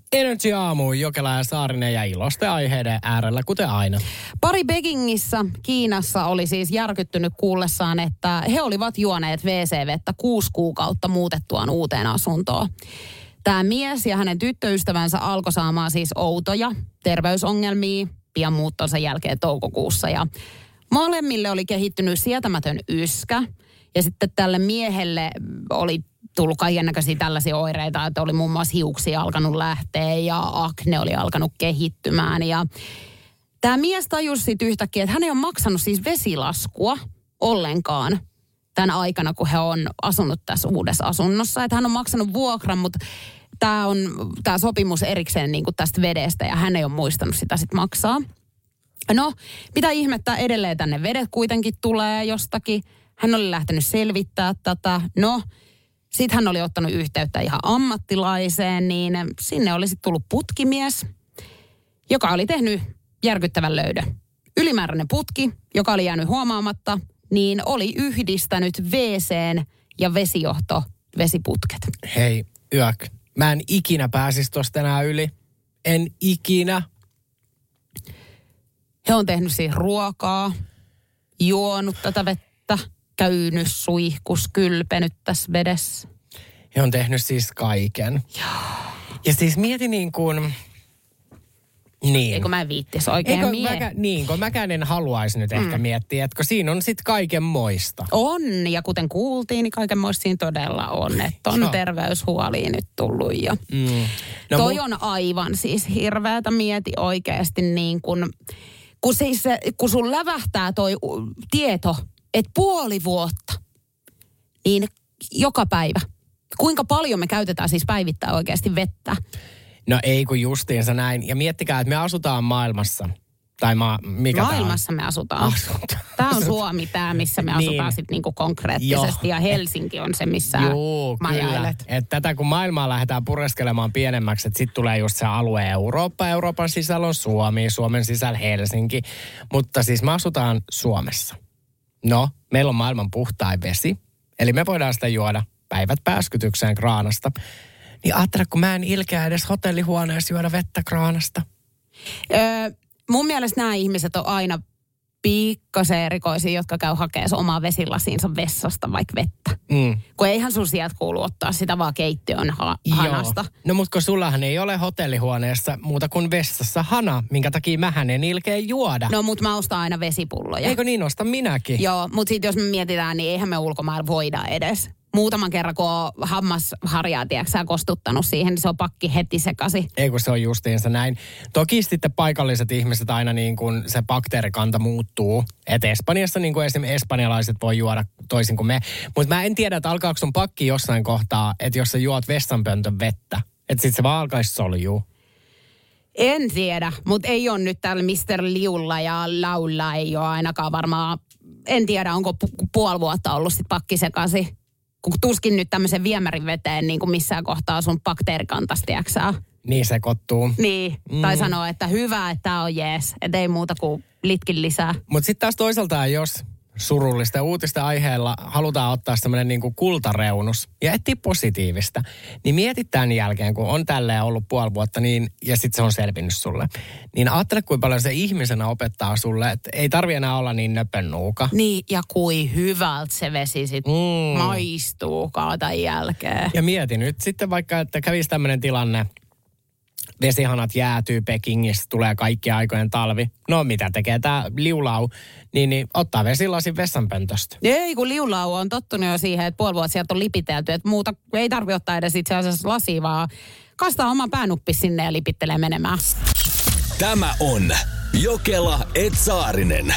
Energy aamu, Jokela ja Saarinen ja iloisten aiheiden äärellä, kuten aina. Pari Pekingissä, Kiinassa, oli siis järkyttynyt kuullessaan, että he olivat juoneet wee see-vettä kuusi kuukautta muutettuaan uuteen asuntoon. Tämä mies ja hänen tyttöystävänsä alkoi saamaan siis outoja terveysongelmia pian muuttonsa jälkeen toukokuussa. Ja molemmille oli kehittynyt sietämätön yskä ja sitten tälle miehelle oli tullut kaikennäköisiä tällaisia oireita, että oli muun muassa hiuksia alkanut lähteä ja akne oli alkanut kehittymään. Ja tämä mies tajusi sitten yhtäkkiä, että hän ei ole maksanut siis vesilaskua ollenkaan tämän aikana, kun he on asunut tässä uudessa asunnossa. Että hän on maksanut vuokran, mutta tämä on tämä sopimus erikseen niin kuin tästä vedestä ja hän ei ole muistanut sitä sitten maksaa. No, mitä ihmettä, edelleen tänne vedet kuitenkin tulee jostakin. Hän oli lähtenyt selvittää tätä. No, sitten hän oli ottanut yhteyttä ihan ammattilaiseen, niin sinne olisi tullut putkimies, joka oli tehnyt järkyttävän löydön. Ylimääräinen putki, joka oli jäänyt huomaamatta, niin oli yhdistänyt wee see:n ja vesijohto vesiputket. Hei, Yök, mä en ikinä pääsisi tosta enää yli. En ikinä. He on tehnyt siihen ruokaa, juonut tätä vettä, käynyt suihkus, kylpenyt tässä vedessä. He on tehnyt siis kaiken. Joo. Ja siis mieti niin kuin... Niin. Eikö mä viittis oikein Eikö mie- mäkä, niin, kun mäkään en haluaisi nyt ehkä mm. miettiä, että kun siinä on sitten kaiken moista. On, ja kuten kuultiin, niin kaikenmoista siinä todella on, että on terveyshuoliin nyt tullut. Ja mm. no, toi mu- on aivan siis hirveätä, mieti oikeasti niin kun, kun, siis, kun sun lävähtää toi tieto, että puoli vuotta, niin joka päivä. Kuinka paljon me käytetään siis päivittäin oikeasti vettä? No ei kun justiinsa näin. Ja miettikää, että me asutaan maailmassa. Tai ma- mikä Maailmassa me asutaan. Asutaan. Tämä on Suomi, tämä missä me asutaan niin. sitten niinku konkreettisesti. Jo. Ja Helsinki on se, missä Joo, majailet. kyllä. Että tätä kun maailmaa lähdetään pureskelemaan pienemmäksi, että sitten tulee just se alue Eurooppa. Euroopan sisällä on Suomi, Suomen sisällä Helsinki. Mutta siis me asutaan Suomessa. No, meillä on maailman puhtain vesi. Eli me voidaan sitä juoda päivät pääskytykseen kraanasta. Niin ajattele, kun mä en ilkeä edes hotellihuoneessa juoda vettä kraanasta. Öö, mun mielestä nämä ihmiset on aina pikkasen erikoisia, jotka käy hakemaan omaa vesilasiinsa vessasta vaikka vettä. Mm. Kun eihän sun sieltä kuulu ottaa sitä vaan keittiön ha- hanasta. Joo. No mutta kun sullahan ei ole hotellihuoneessa muuta kuin vessassa hana, minkä takia mähän en ilkeä juoda. No mutta mä ostan aina vesipulloja. Eikö niin, ostan minäkin? Joo, mutta sitten jos me mietitään, niin eihän me ulkomailla voida edes. Muutaman kerran, kun on hammasharjaa, tiedätkö, kostuttanut siihen, niin se on pakki heti sekaisin. Ei kun se on justiinsa näin. Toki sitten paikalliset ihmiset aina niin kuin se bakteerikanta muuttuu. Että Espanjassa niin kuin esimerkiksi espanjalaiset voi juoda toisin kuin me. Mutta mä en tiedä, että alkaako sun pakki jossain kohtaa, että jos sä juot vessanpöntön vettä, että sit se vaan alkaisi soljuu. En tiedä, mutta ei ole nyt täällä mister Liulla ja Laulla ei ole ainakaan varmaan, en tiedä onko pu- puoli vuotta ollut sit pakki sekaisin. Kun tuskin nyt tämmöisen viemärin veteen niin kuin missään kohtaa sun bakteerikantas, tiiäksä? Niin sekoittuu. Niin, mm. tai sanoo, että hyvä, että tää on jees, että ei muuta kuin litkin lisää. Mutta sitten taas toisaalta, jos surullista uutista aiheella halutaan ottaa semmoinen niin kuin kultareunus ja etsiä positiivista, niin mietit tämän jälkeen, kun on tälleen ollut puoli vuotta niin, ja sitten se on selvinnyt sulle, niin ajattele, kuinka paljon se ihmisenä opettaa sulle, että ei tarvi enää olla niin nöpönnuuka. Niin, ja kui hyvältä se vesi sitten mm. maistuukaan tämän jälkeen. Ja mieti nyt sitten vaikka, että kävisi tämmöinen tilanne, vesihanat jäätyy Pekingissä, tulee kaikkien aikojen talvi. No mitä tekee tämä Liulau, niin, niin ottaa vesilasin vessanpöntöstä. Ei, kun Liulau on tottunut jo siihen, että puoli vuotta sieltä on lipitelty, että muuta ei tarvitse ottaa edes itse asiassa lasia, vaan kastaa oman päänuppi sinne ja lipittelee menemään. Tämä on Jokela et Saarinen.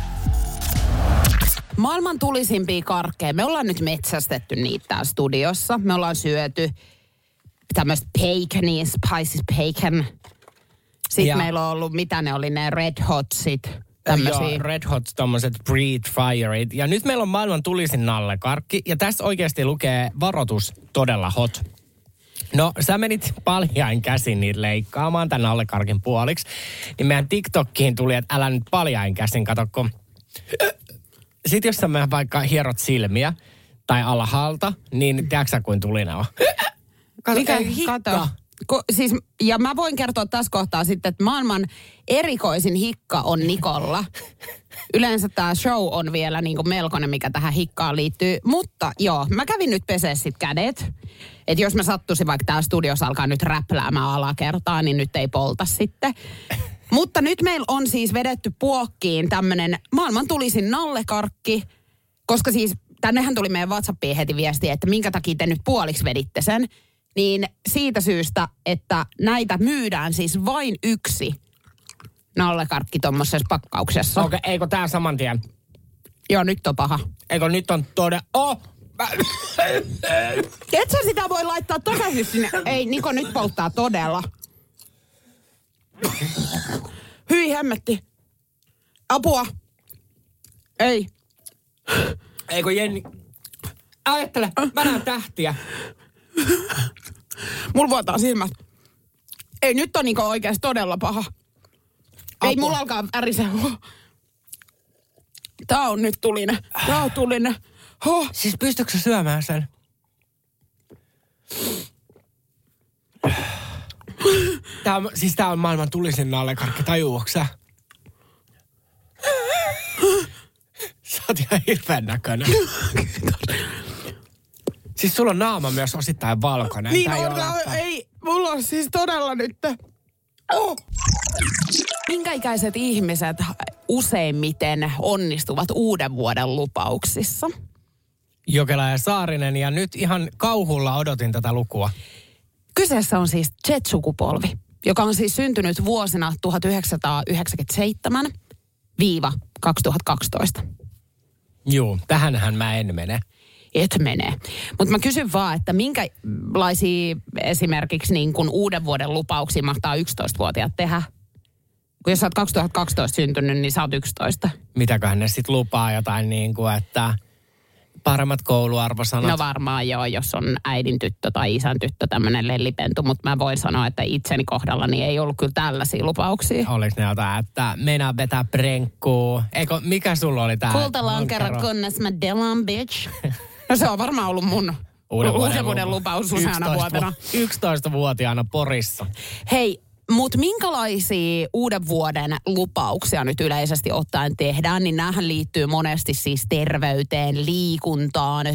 Maailman tulisimpia karkkeja. Me ollaan nyt metsästetty niitä täällä studiossa. Me ollaan syöty tämmöistä baconia, spicy bacon. Sitten ja meillä on ollut, mitä ne oli, ne red hotsit. Tämmöisiä. Joo, red hot, tommoset breed fireit. Ja nyt meillä on maailman tulisin nallekarkki. Ja tässä oikeasti lukee varoitus todella hot. No, sä menit paljain käsin niitä leikkaamaan tämän nallekarkin puoliksi. Niin meidän TikTokkiin tuli, että älä nyt paljain käsin, kato kun... Sitten jos sä menet vaikka hierot silmiä tai alhaalta, niin tiedätkö sä kuin tulina on? Kato, mikä hikka? Kato. Ko, siis, ja mä voin kertoa tässä kohtaa sitten, että maailman erikoisin hikka on Nikolla. Yleensä tämä show on vielä niin kuin melkoinen, mikä tähän hikkaan liittyy. Mutta joo, mä kävin nyt pesee sit kädet. Että jos mä sattuisin vaikka tää studios alkaa nyt räpläämään alakertaa, niin nyt ei polta sitten. Mutta nyt meillä on siis vedetty puokkiin tämmönen maailman tulisin nallekarkki. Koska siis tännehän tuli meidän WhatsAppiin heti viestiä, että minkä takia te nyt puoliksi veditte sen. Niin siitä syystä, että näitä myydään siis vain yksi nallekarkki tuommoisessa pakkauksessa. Okei, okay, eikö tää saman tien? Joo, nyt on paha. Eikö nyt on todella... Oh! Et sä sitä voi laittaa takaisin sinne. Ei, Niko nyt polttaa todella. Hyi hemmetti. Apua. Ei. Eikö Jenni... Ajattele, mä näen tähtiä. Mulla vuotaa silmät. Ei, nyt on niinku oikeasti todella paha. Apua. Ei, mulla alkaa ärisee. Tää on nyt tulinen. Tää on tulinen. Huh. Siis pystytkö sä syömään sen? Tää on, siis tää on maailman tulisin nallekarkki, tajuuks sä? Sä oot ihan hirveän näköinen. Siis sulla on naama myös osittain valkoinen. Niin on, ei, ei, mulla on siis todella nyt. Oh. Minkä ikäiset ihmiset useimmiten onnistuvat uuden vuoden lupauksissa? Jokela ja Saarinen, ja nyt ihan kauhulla odotin tätä lukua. Kyseessä on siis Z-sukupolvi, joka on siis syntynyt vuosina tuhatyhdeksänsataayhdeksänkymmentäseitsemän kaksituhattakaksitoista. Juu, tähänhän mä en mene. Et mene. Mutta mä kysyn vaan, että minkälaisia esimerkiksi niin kun uuden vuoden lupauksia mahtaa yksitoistavuotiaat tehdä? Kun jos sä oot kaksituhattakaksitoista syntynyt, niin sä oot yksitoista. Mitäköhän ne sit lupaa jotain niin kuin, että paremmat kouluarvosanat? No varmaan joo, jos on äidin tyttö tai isän tyttö, tämmöinen lellipentu. Mutta mä voin sanoa, että itseni kohdalla niin ei ollut kyllä tällaisia lupauksia. Oliko ne jotain, että meinaa vetää prenkkuu? Eikö, mikä sulla oli tää? Kultalonkerot kunnes mä delan, bitch. No se on varmaan ollut mun uuden vuoden, uuden vuoden lupaus useana vuotena. yksitoistavuotiaana Porissa. Hei, mutta minkälaisia uuden vuoden lupauksia nyt yleisesti ottaen tehdään, niin näähän liittyy monesti siis terveyteen, liikuntaan,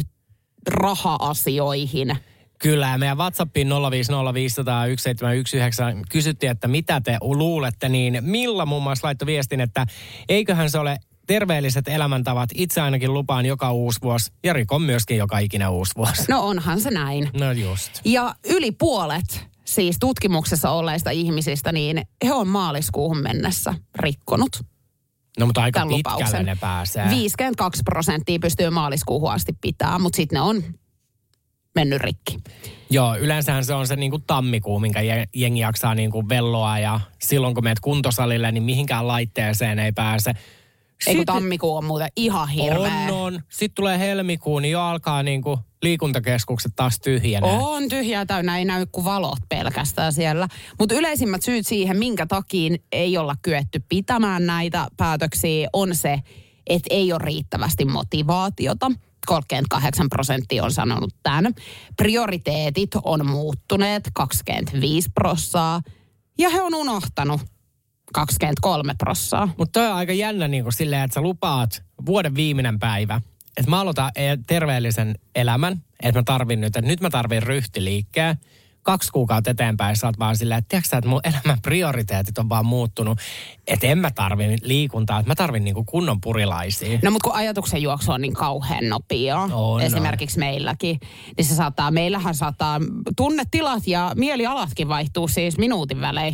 raha-asioihin. Kyllä, ja meidän WhatsAppiin nolla viisi nolla viisi nolla nolla yksi seitsemän yksi yhdeksän kysyttiin, että mitä te luulette, niin Milla muun muassa laittoi viestin, että eiköhän se ole terveelliset elämäntavat, itse ainakin lupaan joka uusi vuosi ja rikon myöskin joka ikinen uusi vuosi. No onhan se näin. No just. Ja yli puolet siis tutkimuksessa olleista ihmisistä, niin he on maaliskuuhun mennessä rikkonut. No mutta aika pitkälle lupauksen. Ne pääsee. viisikymmentäkaksi prosenttia pystyy maaliskuuhun asti pitää, mutta sitten ne on mennyt rikki. Joo, yleensähän se on se niinku tammikuu, minkä jengi jaksaa niinku velloa ja silloin kun menet kuntosalille, niin mihinkään laitteeseen ei pääse. Eikö tammikuu on muuten ihan hirveä. On, on. Sitten tulee helmikuu, niin jo alkaa niinku liikuntakeskukset taas tyhjenee. On tyhjää täynnä, ei näy kuin valot pelkästään siellä. Mutta yleisimmät syyt siihen, minkä takia ei olla kyetty pitämään näitä päätöksiä, on se, että ei ole riittävästi motivaatiota. kolmekymmentäkahdeksan prosenttia on sanonut tämän. Prioriteetit on muuttuneet kaksikymmentäviisi prosenttia ja he on unohtanut kaksikymmentäkolme prosenttia. Mutta toi on aika jännä niin kuin silleen, että sä lupaat vuoden viimeinen päivä, että mä aloitan terveellisen elämän, että mä tarvin nyt, että nyt mä tarvin ryhtiliikkeen. Kaksi kuukautta eteenpäin sä oot vaan silleen, että tiedätkö sä, että mun elämän prioriteetit on vaan muuttunut, että en mä tarvi liikuntaa, että mä tarvin niinku kunnon purilaisia. No mutta kun ajatuksen juoksu on niin kauhean nopea, on, esimerkiksi on. meilläkin, niin se saattaa, meillähän saattaa tunnetilat ja mielialatkin vaihtuu siis minuutin välein.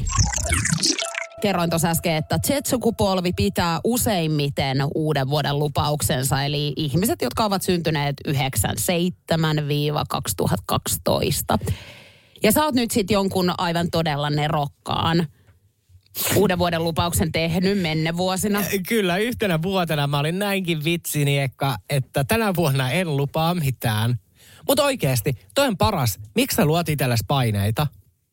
Kerroin tuossa äsken, että Z-sukupolvi pitää useimmiten uuden vuoden lupauksensa, eli ihmiset, jotka ovat syntyneet yhdeksänkymmentäseitsemän kaksituhattakaksitoista. Ja sä oot nyt sitten jonkun aivan todella nerokkaan uuden vuoden lupauksen tehnyt menne vuosina. Kyllä, yhtenä vuotena mä olin näinkin vitsiniekka, että tänä vuonna en lupaa mitään. Mutta oikeasti, toi on paras. Miksi sä luot itsellesi paineita?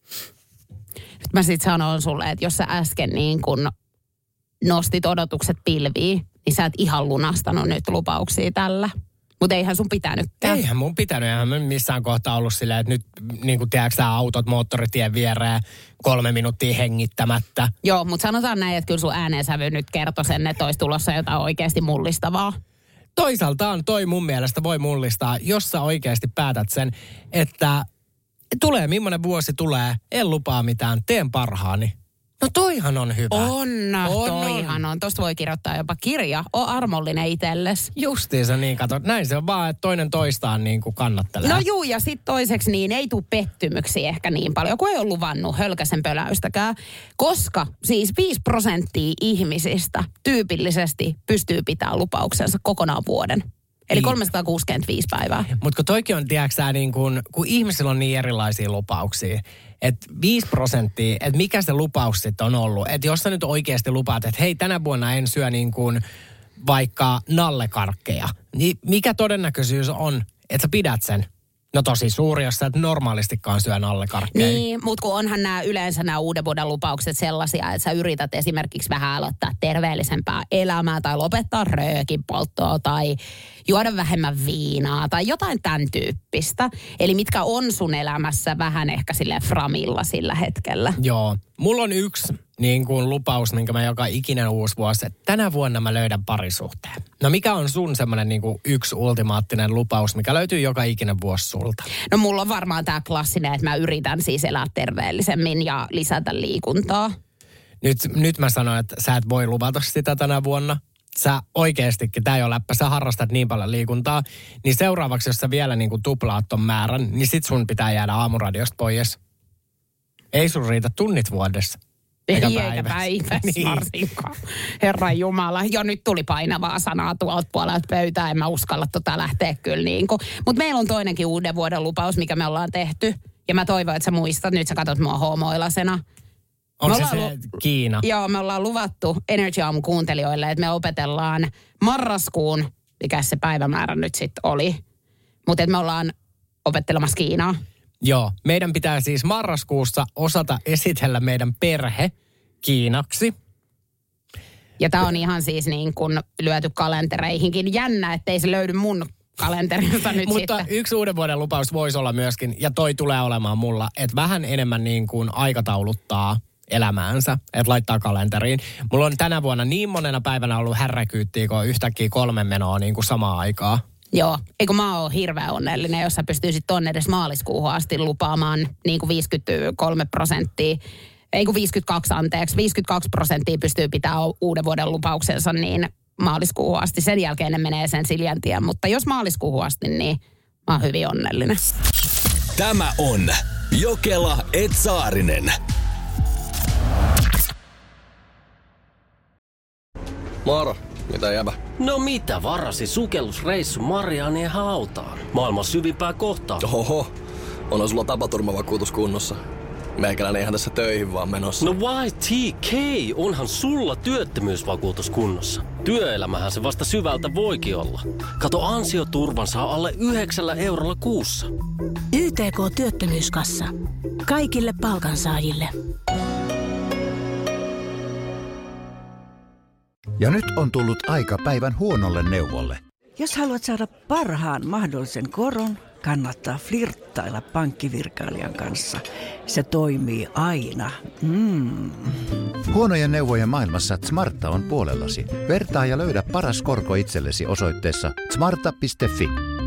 Nyt mä sit sanon sulle, että jos sä äsken niin kun nostit odotukset pilviin, niin sä et ihan lunastanut nyt lupauksia tällä. Mutta eihän sun pitänytkään. Eihän mun pitänyt. Eihän mä missään kohtaa ollut silleen, että nyt niin kuin tiedätkö sä autot moottoritien viereen kolme minuuttia hengittämättä. Joo, mutta sanotaan näin, että kyllä sun äänensävy nyt kertoi sen, että olisi tulossa jotain oikeasti mullistavaa. Toisaaltaan toi mun mielestä voi mullistaa, jos sä oikeasti päätät sen, että tulee millainen vuosi tulee, en lupaa mitään, teen parhaani. No toihan on hyvä. On, on toihan on. Tuosta voi kirjoittaa jopa kirja. O armollinen itsellesi. Justiinsa niin, kato. Näin se on vaan, että toinen toistaan niin kuin kannattelee. No juu, ja sitten toiseksi niin ei tule pettymyksiä ehkä niin paljon, kun ei ole luvannut hölkäsen pöläystäkään. Koska siis viisi prosenttia ihmisistä tyypillisesti pystyy pitämään lupauksensa kokonaan vuoden. Eli kolmesataakuusikymmentäviisi päivää. Mutta kun toikin on, tiedätkö sä, niin kun, kun ihmisillä on niin erilaisia lupauksia, että viisi prosenttia, että mikä se lupaus sitten on ollut. Että jos sä nyt oikeasti lupaat, että hei, tänä vuonna en syö niin kuin vaikka nallekarkkeja, niin mikä todennäköisyys on, että sä pidät sen? No tosi suuri, jos sä et normaalistikaan syö nallekarkkeja. Niin, mutta kun onhan nämä yleensä nämä uuden vuoden lupaukset sellaisia, että sä yrität esimerkiksi vähän aloittaa terveellisempää elämää tai lopettaa röökin polttoa tai juoda vähemmän viinaa tai jotain tämän tyyppistä. Eli mitkä on sun elämässä vähän ehkä sille framilla sillä hetkellä. Joo. Mulla on yksi niin kuin lupaus, minkä mä joka ikinen uusi vuosi, että tänä vuonna mä löydän parisuhteen. No mikä on sun semmoinen niin kuin yksi ultimaattinen lupaus, mikä löytyy joka ikinen vuosi sulta? No mulla on varmaan tää klassinen, että mä yritän siis elää terveellisemmin ja lisätä liikuntaa. Nyt, nyt mä sanon, että sä et voi luvata sitä tänä vuonna. Sä oikeastikin, tää ei ole läppä, sä harrastat niin paljon liikuntaa, niin seuraavaksi, jos sä vielä niin kuin tuplaat ton määrän, niin sit sun pitää jäädä aamuradiosta pois. Ei sun riitä tunnit vuodessa. Eikä päivässä, päivässä niin. Varsinkaan. Herran Jumala. Jo nyt tuli painavaa sanaa tuolta puolelta pöytää. En mä uskalla tota lähteä kyllä niin kuin. Mutta meillä on toinenkin uuden vuoden lupaus, mikä me ollaan tehty. Ja mä toivon, että sä muistat. Nyt sä katsot mua homoilasena. Onko se se lu- Kiina? Joo, me ollaan luvattu Energy Aamun kuuntelijoille, että me opetellaan marraskuun, mikä se päivämäärä nyt sitten oli. Mutta me ollaan opettelemassa Kiinaa. Joo, meidän pitää siis marraskuussa osata esitellä meidän perhe kiinaksi. Ja tämä on ihan siis niin kuin lyöty kalentereihinkin. Jännä, ettei se löydy mun kalenterista nyt Mutta sitten. yksi uuden vuoden lupaus voisi olla myöskin, ja toi tulee olemaan mulla, että vähän enemmän niin kuin aikatauluttaa elämäänsä, että laittaa kalenteriin. Mulla on tänä vuonna niin monena päivänä ollut härräkyyttiä, kun yhtäkkiä kolme menoa niin kuin samaan aikaan. Joo, eikö mä oon hirveän onnellinen, jos sä pystyisit tonne edes maaliskuuhun asti lupaamaan niin kuin viisikymmentäkolme prosenttia, ei kun viisikymmentäkaksi anteeksi, viisikymmentäkaksi prosenttia pystyy pitämään uuden vuoden lupauksensa niin maaliskuuhun asti. Sen jälkeen ne menee sen Siljan tien, mutta jos maaliskuuhun asti, niin mä oon hyvin onnellinen. Tämä on Jokela et Saarinen. Moro, mitä jäbä? No mitä varasi sukellusreissu Marianien hautaan? Maailman syvimpää kohtaa. Oho, onhan sulla tapaturmavakuutus kunnossa. Meikäläinen ihan tässä töihin vaan menossa. No why T K? Onhan sulla työttömyysvakuutus kunnossa. Työelämähän se vasta syvältä voikin olla. Kato, ansioturvan saa alle yhdeksällä eurolla kuussa. Y T K Työttömyyskassa. Kaikille palkansaajille. Ja nyt on tullut aika päivän huonolle neuvolle. Jos haluat saada parhaan mahdollisen koron, kannattaa flirttailla pankkivirkailijan kanssa. Se toimii aina. Mm. Huonojen neuvojen maailmassa Smarta on puolellasi. Vertaa ja löydä paras korko itsellesi osoitteessa smarta piste fi.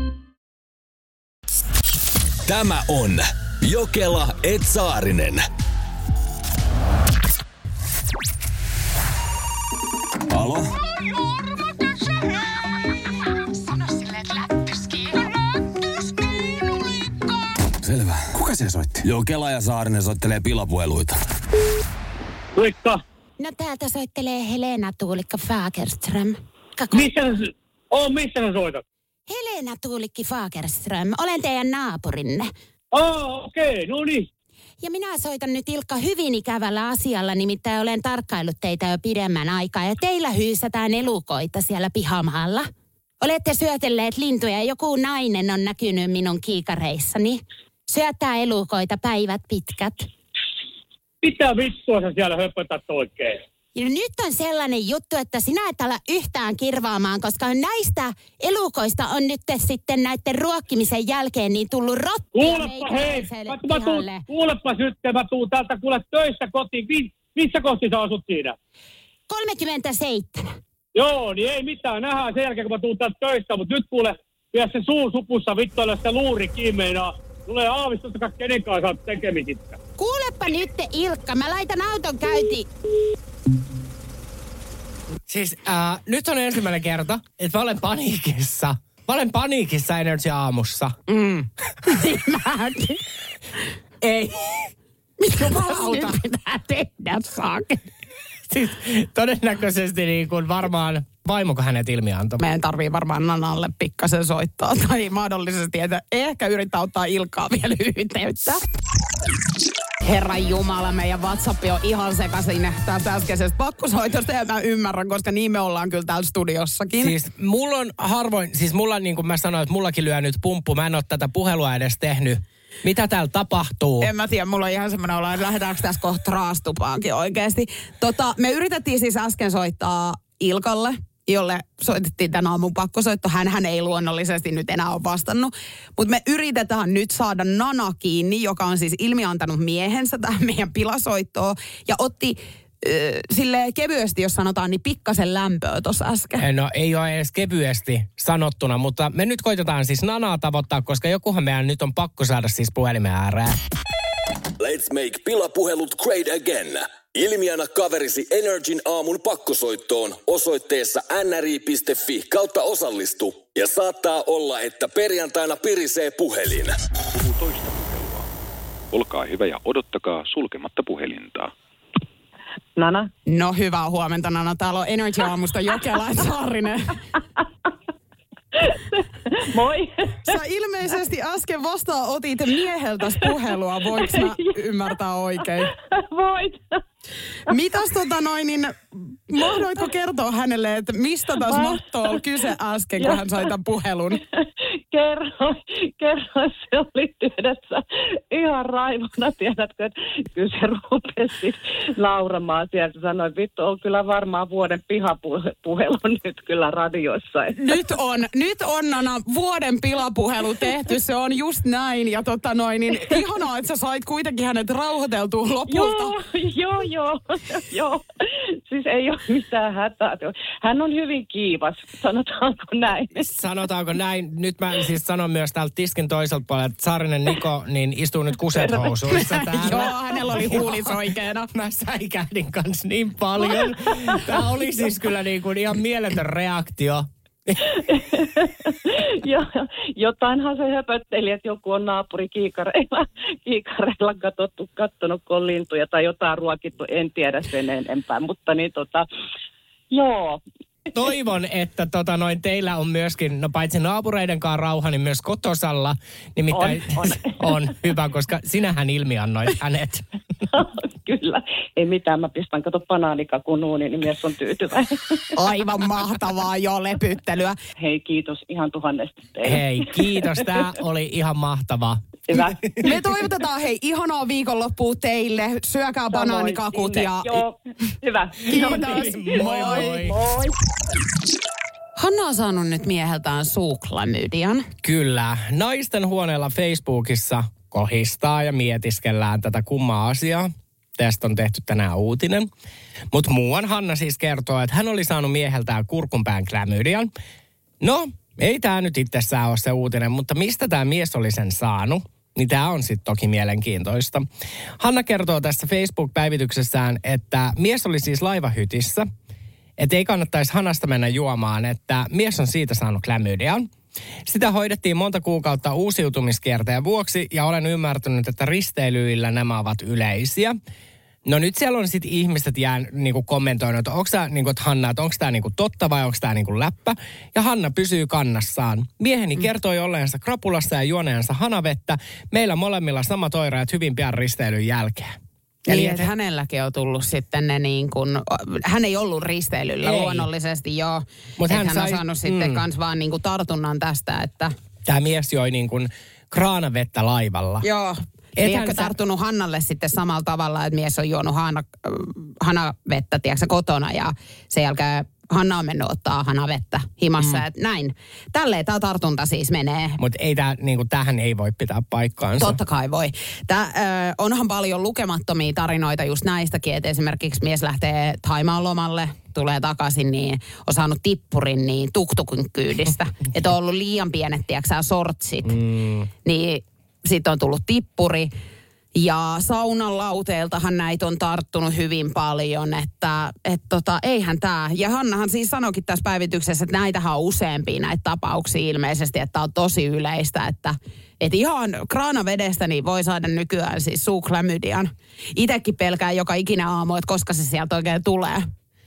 Tämä on Jokela et Saarinen. Alo? Selvä. Kuka se soitti? Joo, Kela ja Saarinen soittelee pilapueluita. Kuikka? No täältä soittelee Helena Tuulikka Fagerström. Missä sä, oh, missä sä soitat? Helena Tuulikki Fagerström, olen teidän naapurinne. Oh, okei, okay, no niin. Ja minä soitan nyt Ilkka hyvin ikävällä asialla, nimittäin olen tarkkaillut teitä jo pidemmän aikaa ja teillä hyysätään elukoita siellä pihamaalla. Olette syötelleet lintuja ja joku nainen on näkynyt minun kiikareissani. Syöttää elukoita päivät pitkät. Mitä vittua sä siellä höpötät oikein? Ja nyt on sellainen juttu, että sinä et ala yhtään kirvaamaan, koska näistä elukoista on nyt sitten näiden ruokkimisen jälkeen niin tullut rottia Kuulepa hei, mä, mä tuun, kuulepa nyt, mä tuun täältä kuule töistä kotiin. Mi, missä kohti sä asut siinä? kolmekymmentäseitsemän. Joo, niin ei mitään, nähdään sen jälkeen, kun mä tuun täältä töistä, mutta nyt kuule, vielä se suu supussa vittuilla sitä luuri kiimeinaa. Tulee aavistusta, kenen kanssa olet tekemisistä. Kuulepa nyt, Ilkka, mä laitan auton käyntiin. Siis äh, nyt on ensimmäinen kerta, että mä olen paniikissa. Mä olen paniikissa Energy aamussa. Mm. Mäkin. Ei. Mitä nyt pitää tehdä, saake? Siis todennäköisesti niin kuin varmaan vaimoko hänet ilmiantoi. Meidän tarvii varmaan Nanalle pikkasen soittaa tai mahdollisesti, että ehkä yrittää ottaa Ilkkaa vielä yhteyttä. Herran Jumala, meidän WhatsApp on ihan sekaisin tästä äskeisestä pakkosoitosta ja mä ymmärrän, koska niin me ollaan kyllä täällä studiossakin. Siis mulla on harvoin, siis mulla on niin kuin mä sanoin, että mullakin lyö nyt pumppu. Mä en ole tätä puhelua edes tehnyt. Mitä täällä tapahtuu? En mä tiedä, mulla on ihan semmoinen olo, että lähdetäänkö tässä kohta raastupaankin oikeasti. Tota, me yritettiin siis äsken soittaa Ilkalle, jolle soitettiin tänä aamun pakkosoitto. Hänhän ei luonnollisesti nyt enää ole vastannut. Mutta me yritetään nyt saada Nana kiinni, joka on siis ilmiantanut miehensä tähän meidän pilasoittoon. Ja otti äh, silleen kevyesti, jos sanotaan, niin pikkasen lämpöä tuossa äsken. No ei ole edes kevyesti sanottuna, mutta me nyt koitetaan siis Nanaa tavoittaa, koska jokuhan meidän nyt on pakko saada siis puhelimen ääreen. Let's make pilapuhelut great again. Ilmianna kaverisi Energin aamun pakkosoittoon osoitteessa nri.fi kautta osallistu. Ja saattaa olla, että perjantaina pirisee puhelin. Puhuu toista puhelua. Olkaa hyvä ja odottakaa sulkematta puhelinta. Nana? No hyvää huomenta, Nana. Täällä on Energy aamusta Jokela ja Saarinen. Moi. Sä ilmeisesti äsken vastaan otit mieheltäs puhelua. Voinko mä ymmärtää oikein? Voit. Mitäs tota noin, niin mahdoitko kertoa hänelle, että mistä tässä mahtoi oli kyse äsken, kun hän sai tämän puhelun? Kerro, kerro, se oli työdessä ihan raivona, tiedätkö, että kyllä se rupesi nauramaan sieltä. Sanoi, että vittu, on kyllä varmaan vuoden pihapuhelu nyt kyllä radiossa. Että. Nyt on, nyt on Nana vuoden pilapuhelu tehty, se on just näin. Ja tota noin, niin ihanaa, että sä sait kuitenkin hänet rauhoiteltua lopulta. Joo, joo, joo, joo. Siis ei ole mitään hätää. Hän on hyvin kiivas, sanotaanko näin. Sanotaanko näin? Nyt mä siis sanon myös täältä tiskin toiselta puolelta, että Saarinen Niko niin istuu nyt kuset-housuissa täällä. Joo, hänellä oli huulis oikeena. Mä säikähdin kanssa niin paljon. Tämä oli siis kyllä niin kuin ihan mieletön reaktio. Ja, jotainhan se höpötteli, että joku on naapuri kiikareilla, kiikareilla katsottu, kattonut, kun on lintuja tai jotain ruokittu, en tiedä sen enempää, mutta niin tota, joo. Toivon, että tota noin teillä on myöskin, no paitsi naapureidenkaan rauha, niin myös kotosalla. Nimittäin on, on. on hyvä, koska sinähän ilmiannoit hänet. Kyllä, ei mitään. Mä pistän, kato banaanikakun uuniin, niin mies on tyytyväinen. Aivan mahtavaa jo lepyttelyä. Hei, kiitos ihan tuhannesti teille. Hei, kiitos. Tää oli ihan mahtavaa. Hyvä. Me toivotetaan hei ihanaa viikonloppua teille. Syökää banaanikakut sinne. ja... Joo, hyvä. Kiitos. Moi moi. Moi. Hanna on saanut nyt mieheltään suuklamydian. Kyllä. Naisten huoneella Facebookissa kohistaa ja mietiskellään tätä kummaa asiaa. Tästä on tehty tänään uutinen. Mutta muuan Hanna siis kertoo, että hän oli saanut mieheltään kurkunpään klamydian. No, ei tämä nyt itsessään ole se uutinen, mutta mistä tämä mies oli sen saanut? Niin tämä on sitten toki mielenkiintoista. Hanna kertoo tässä Facebook-päivityksessään, että mies oli siis laivahytissä. Että ei kannattaisi Hannasta mennä juomaan, että mies on siitä saanut klamydian. Sitä hoidettiin monta kuukautta uusiutumiskierteen vuoksi ja olen ymmärtänyt, että risteilyillä nämä ovat yleisiä. No nyt siellä on sitten ihmiset jään niinku kommentoinut, että onko tämä niinku, että Hanna, että onko tämä niinku totta vai onko tämä niinku läppä. Ja Hanna pysyy kannassaan. Mieheni kertoi olleensa krapulassa ja juoneensa hanavettä. Meillä molemmilla samat oireet hyvin pian risteilyn jälkeen. Eli niin, että hänelläkin on tullut sitten ne niin kuin, hän ei ollut risteilyllä ei. Luonnollisesti joo. Mutta hän, hän sai, on saanut mm. sitten kans vaan niin kuin tartunnan tästä, että... Tämä mies joi niin kuin kraanavettä laivalla. Joo. Eikö sä... tarttunut Hannalle sitten samalla tavalla, että mies on juonut hana, hanavettä, tiedätkö, kotona ja sen jälkeen Hanna on mennyt ottaa hanavettä himassa. Mm. Näin. Tälleen tämä tartunta siis menee. Mutta ei tää, niinku, tämähän ei voi pitää paikkaansa. Totta kai voi. Tää, äh, onhan paljon lukemattomia tarinoita just näistäkin, että esimerkiksi mies lähtee Thaimaan lomalle, tulee takaisin, niin on saanut tippurin niin tuktukin kyydistä. Että on ollut liian pienet, tiedätkö sortsit. Mm. Niin sitten on tullut tippuri. Ja saunan lauteeltahan näitä on tarttunut hyvin paljon, että et tota, eihän tämä. Ja Hannahan siis sanoikin tässä päivityksessä, että näitähän on useampia näitä tapauksia ilmeisesti, että on tosi yleistä, että et ihan kraanavedestä niin voi saada nykyään siis suuklamydian. Itekin pelkään joka ikinen aamu, että koska se sieltä oikein tulee.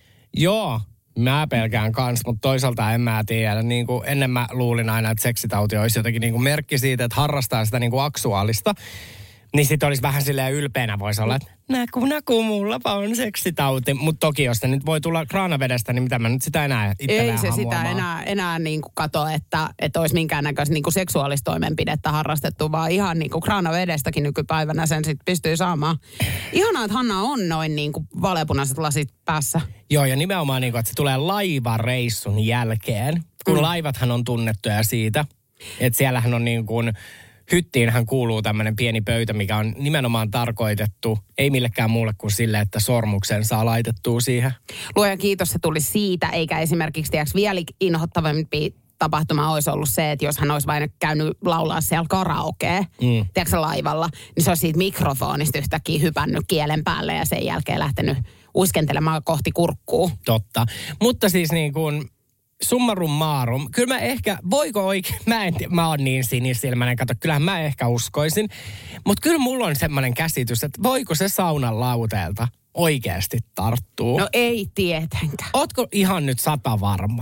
Joo. Mä pelkään kans, mutta toisaalta en mä tiedä. Niin kuin ennen mä luulin aina, että seksitauti olisi jotenkin niin kuin merkki siitä, että harrastaa sitä niin kuin aksuaalista. Niin sit olisi vähän silleen ylpeänä voisi olla, että näku, näku, mullapa on seksitauti. Mutta toki jos se nyt voi tulla kraanavedestä, niin mitä mä nyt sitä enää itselleen Ei se hamuamaan. sitä enää, enää niin kuin kato, että, että olisi minkäännäköistä niin kuin seksuaalistoimenpidettä harrastettu, vaan ihan niin kuin kraanavedestäkin nykypäivänä sen sitten pystyy saamaan. Ihanaa, että Hanna on noin niin kuin vaaleapunaiset lasit päässä. Joo, ja nimenomaan niin kuin, että se tulee laivareissun jälkeen, kun mm. laivathan on tunnettuja siitä, että siellähän on niin kuin... Hyttiinhän kuuluu tämmöinen pieni pöytä, mikä on nimenomaan tarkoitettu, ei millekään muulle kuin sille, että sormuksen saa laitettua siihen. Luojan kiitos, se tuli siitä, eikä esimerkiksi tiedätkö, vielä inhottavampi tapahtuma olisi ollut se, että jos hän olisi vain käynyt laulaa siellä karaokea, mm. tiedätkö, laivalla, niin se olisi siitä mikrofonista yhtäkkiä hypännyt kielen päälle ja sen jälkeen lähtenyt uiskentelemaan kohti kurkkuu. Totta, mutta siis niin kuin... Summarum marum. Kyllä mä ehkä, voiko oikein, mä en mä oon niin sinisilmäinen, kato, kyllähän mä ehkä uskoisin. Mutta kyllä mulla on semmoinen käsitys, että voiko se saunan lauteelta oikeasti tarttua? No ei tietenkään. Ootko ihan nyt sata varma?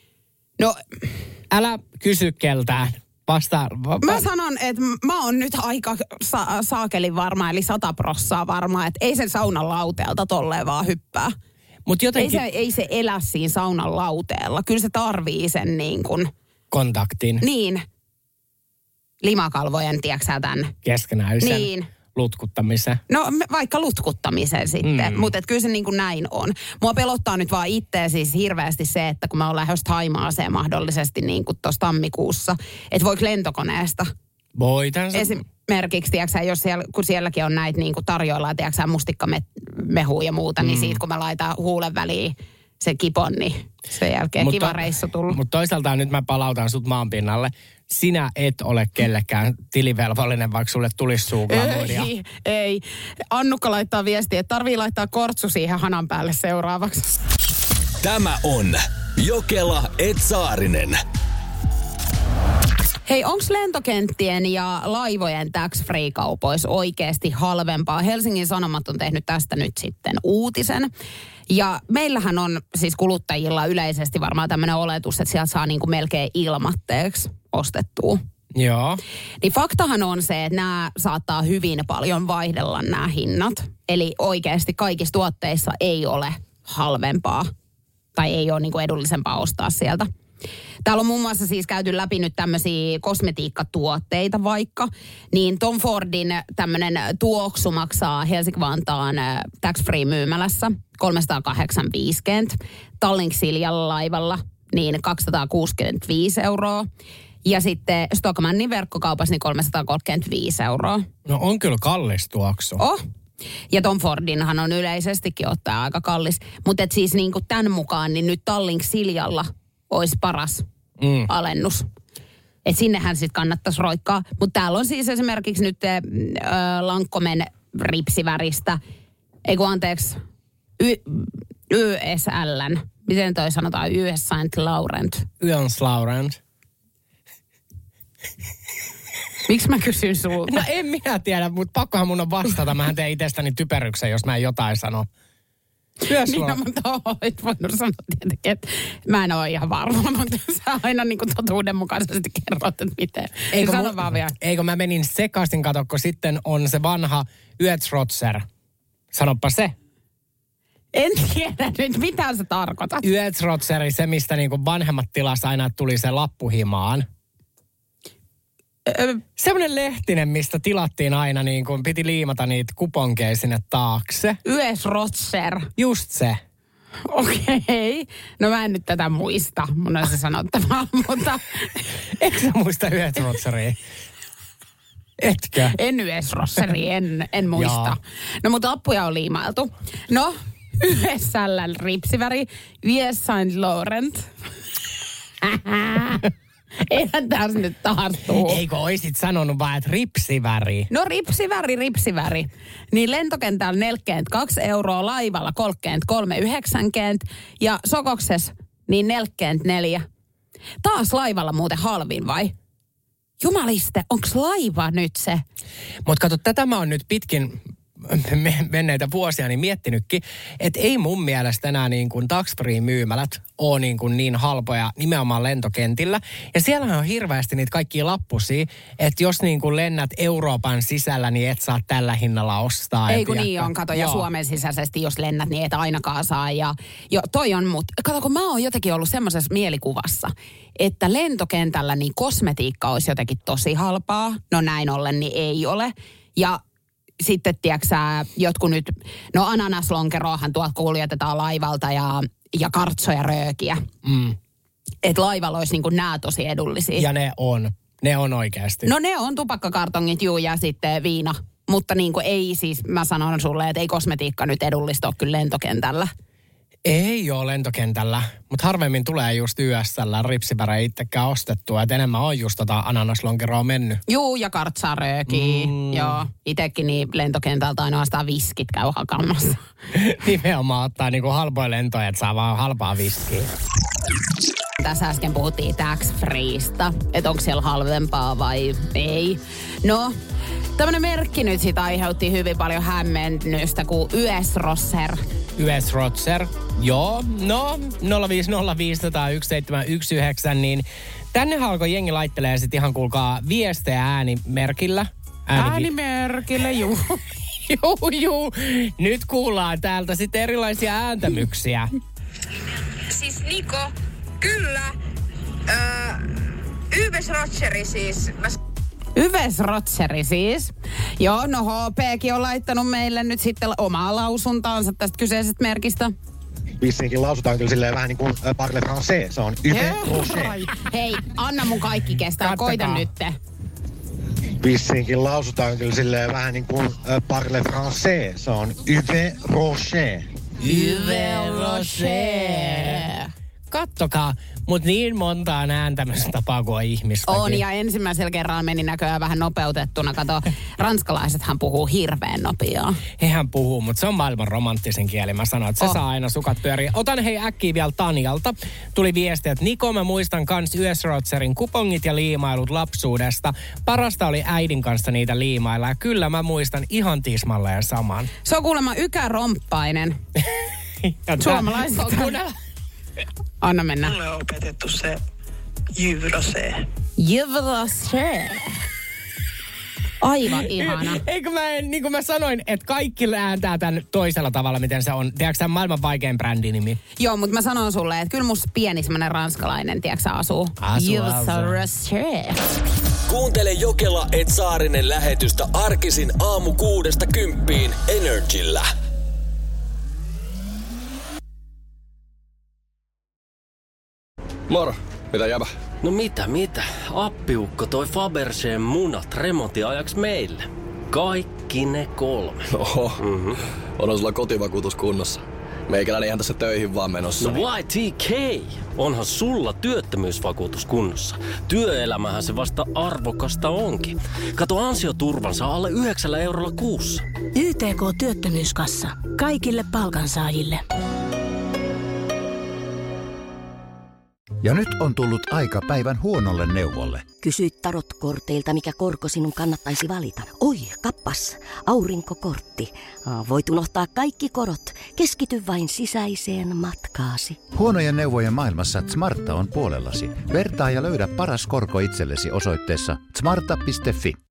No. Älä kysy keltään. Vasta, va, mä sanon, että mä oon nyt aika sa- saakelin varma, eli sata prossaa varma, että ei sen saunan lauteelta tolleen vaan hyppää. Mut jotenkin... ei, se, ei se elä siinä saunan lauteella. Kyllä se tarvii sen niin kuin... kontaktin. Niin. Limakalvojen, tiedätkö sä tämän? Keskenäisen. Niin. Lutkuttamisen. No vaikka lutkuttamisen sitten, mm. mutta kyllä se niin kuin näin on. Mua pelottaa nyt vaan itseä siis hirveästi se, että kun mä oon lähdössä Thaimaaseen mahdollisesti niin kuin tuossa tammikuussa, että voiko lentokoneesta... Voitansa. Esimerkiksi, tiedätkö, jos siellä, kun sielläkin on näitä niin kuin tarjoillaan, tiedätkö, mustikkamehua ja muuta, mm. niin siitä kun mä laitan huulen väliin se kipon, niin sen jälkeen mutta, kiva reissu tullut. Mutta toisaalta nyt mä palautan sut maanpinnalle. Sinä et ole kellekään tilivelvollinen, vaikka sulle tulisi suuklamuudia. Ei, ei. Annukka laittaa viestiä, että tarvii laittaa kortsu siihen hanan päälle seuraavaksi. Tämä on Jokela et Saarinen. Hei, onko lentokenttien ja laivojen tax-free-kaupoissa oikeasti halvempaa? Helsingin Sanomat on tehnyt tästä nyt sitten uutisen. Ja meillähän on siis kuluttajilla yleisesti varmaan tämmöinen oletus, että sieltä saa niin kuin melkein ilmatteeksi ostettua. Joo. Niin faktahan on se, että nämä saattaa hyvin paljon vaihdella nämä hinnat. Eli oikeasti kaikissa tuotteissa ei ole halvempaa tai ei ole niin kuin edullisempaa ostaa sieltä. Täällä on muun muassa siis käyty läpi nyt tämmöisiä kosmetiikkatuotteita vaikka. Niin Tom Fordin tämmöinen tuoksu maksaa Helsinki-Vantaan tax-free myymälässä kolmesataakahdeksankymmentäviisi. Tallink Siljan laivalla niin kaksisataakuusikymmentäviisi euroa. Ja sitten Stockmannin verkkokaupassa niin kolmesataakolmekymmentäviisi euroa. No on kyllä kallis tuoksu. Oh. Ja Tom Fordinhan on yleisestikin ottaa aika kallis. Mutta siis niin kuin tämän mukaan niin nyt Tallink Siljalla olisi paras mm. alennus. Et sinnehän sitten kannattaisi roikkaa. Mutta täällä on siis esimerkiksi nyt äh, Lankkomen ripsiväristä, ei kun anteeksi, y- Y S L:n, miten toi sanotaan, Y S Saint Laurent. Y S Laurent. Miksi mä kysyn sulta? No en minä tiedä, mutta pakkohan mun on vastata. Mähän teen itsestäni typeryksen, jos mä en jotain sano. Niin, no, mutta olet voinut sanoa tietenkin, että mä en ole ihan varma, mutta sä aina niin kuin totuudenmukaisesti kerrot, että miten. Eikö, sano mu- vaan vielä. Eikö mä menin sekaisin, kato, kun sitten on se vanha Yötsrotser. Sanoppa se. En tiedä nyt, mitä sä tarkoitat. Yötsrotseri, se mistä niin kuin vanhemmat tilassa aina tuli se lappu himaan. Ö, Semmoinen lehtinen, mistä tilattiin aina niin kuin piti liimata niitä kuponkeja sinne taakse. U S Rotser. Just se. Okei. No mä en nyt tätä muista, mun on se sanottavaa, mutta... Eikö sä muista U S Rotseria? Etkö? En U S Rotseria, en, en muista. No mutta lappuja on liimailtu. No, U S L ripsiväri, U S Saint Laurent. Eihän tässä nyt taas tuu. Eikö oisit sanonut vaan, että ripsiväri? No ripsiväri, ripsiväri. Niin lentokentällä neljäkymmentäkaksi euroa, laivalla kolmekymmentäkolme yhdeksänkymmentä ja Sokokses niin neljäkymmentäneljä. Taas laivalla muuten halvin vai? Jumaliste, onks laiva nyt se? Mut kato, tätä mä oon nyt pitkin menneitä vuosia niin miettinytkin, että ei mun mielestä enää niin kuin tax-free-myymälät ole niin, kuin niin halpoja nimenomaan lentokentillä. Ja siellä on hirveästi niitä kaikkia lappusia, että jos niin kuin lennät Euroopan sisällä, niin et saa tällä hinnalla ostaa. Ei kun niin on, kato, ja Suomen sisäisesti jos lennät, niin et ainakaan saa. Ja jo, toi on mut, kato kun mä oon jotenkin ollut semmoisessa mielikuvassa, että lentokentällä niin kosmetiikka olisi jotenkin tosi halpaa. No näin ollen niin ei ole. Ja sitten, tiedätkö sä, jotkut nyt, no ananaslonkeroahan tuolta kuljetetaan laivalta ja, ja kartsoja röökiä. Mm. Että laivalla olisi niin kuin nämä tosi edullisia. Ja ne on. Ne on oikeasti. No ne on tupakkakartongit, juu, ja sitten viina. Mutta niin kuin ei siis, mä sanon sulle, että ei kosmetiikka nyt edullista ole kyllä lentokentällä. Ei ole lentokentällä, mutta harvemmin tulee just Y S L ripsivärejä itsekään ostettua. Että enemmän on just tota ananaslonkeroa mennyt. Juu, ja kartsaröökiä. Mm. Joo, itekin niin lentokentältä ainoastaan viskit käy hakemassa. Nimenomaan ottaa niinku halpoja lentoja, että saa vaan halpaa viskiä. Tässä äsken puhuttiin tax-freesta, että onko siellä halvempaa vai ei. No, tämmönen merkki nyt sitä aiheutti hyvin paljon hämmennystä kuin U S Rotser. U S Rotser, joo, no nolla viisi nolla viisi nolla yksi seitsemän yksi yhdeksän, niin tänne alkoi jengi laittelee sit ihan kuulkaa viestejä äänimerkillä. Ääni... Äänimerkille, juu. juu, juu. Nyt kuullaan täältä sitten erilaisia ääntämyksiä. Siis Niko, kyllä. Öö, U S Rotseri siis. Mä... Yves Rotseri siis. Joo, no H P:kin on laittanut meille nyt sitten omaa lausuntaansa tästä kyseisestä merkistä. Vissiinkin lausutaan kyllä silleen vähän niin kuin parle français. Se on Yves Rocher. Hei, anna mun kaikki kestää. Kattokaa. Koita nytte. Vissiinkin lausutaan kyllä silleen vähän niin kuin parle français. Se on Yves Rocher. Yves Rocher. Kattokaa, mutta niin montaa ääntämistä tapaa kuin on ihmistä. On, ja ensimmäisellä kerralla meni näköjään vähän nopeutettuna. Kato, ranskalaisethan puhuu hirveän nopeaa. Hehän puhuu, mutta se on maailman romanttisin kieli. Mä sanoin, että se oh. saa aina sukat pyöriä. Otan hei äkkiä vielä Tanjalta. Tuli viesti, että Niko, mä muistan kans U S Rotserin kupongit ja liimailut lapsuudesta. Parasta oli äidin kanssa niitä liimailla. Ja kyllä mä muistan ihan tismalleen saman. Se on kuulemma ykäromppainen. Suomalaiset on kuunnella. Anna mennä. Mulle on opetettu se jyvrose. Jyvrose. Aivan ihana. Eikö mä, niin kuin mä sanoin, että kaikki ääntää tämän toisella tavalla, miten se on. Tiedätkö, maailman vaikein brändinimi? Joo, mutta mä sanon sulle, että kyllä musta pieni semmoinen ranskalainen, tiedätkö, asuu. Asu, asu. Kuuntele Jokela et Saarinen lähetystä arkisin aamu kuudesta kymppiin Energillä. Moro, mitä jäbä? No mitä, mitä? Appiukko toi Faberseen munat remontiajaksi meille. Kaikki ne kolme. Oho, mm-hmm. Onhan sulla kotivakuutus kunnossa. Meikäläni ihan tässä töihin vaan menossa. No Y T K, onhan sulla työttömyysvakuutus kunnossa. Työelämähän se vasta arvokasta onkin. Kato ansioturvansa alle yhdeksällä eurolla kuussa. Y T K-työttömyyskassa. Kaikille palkansaajille. Ja nyt on tullut aika päivän huonolle neuvolle. Kysy tarotkorteilta, mikä korko sinun kannattaisi valita. Oi, kappas, aurinkokortti. Voit unohtaa kaikki korot. Keskity vain sisäiseen matkaasi. Huonojen neuvojen maailmassa Smarta on puolellasi. Vertaa ja löydä paras korko itsellesi osoitteessa smarta piste fi.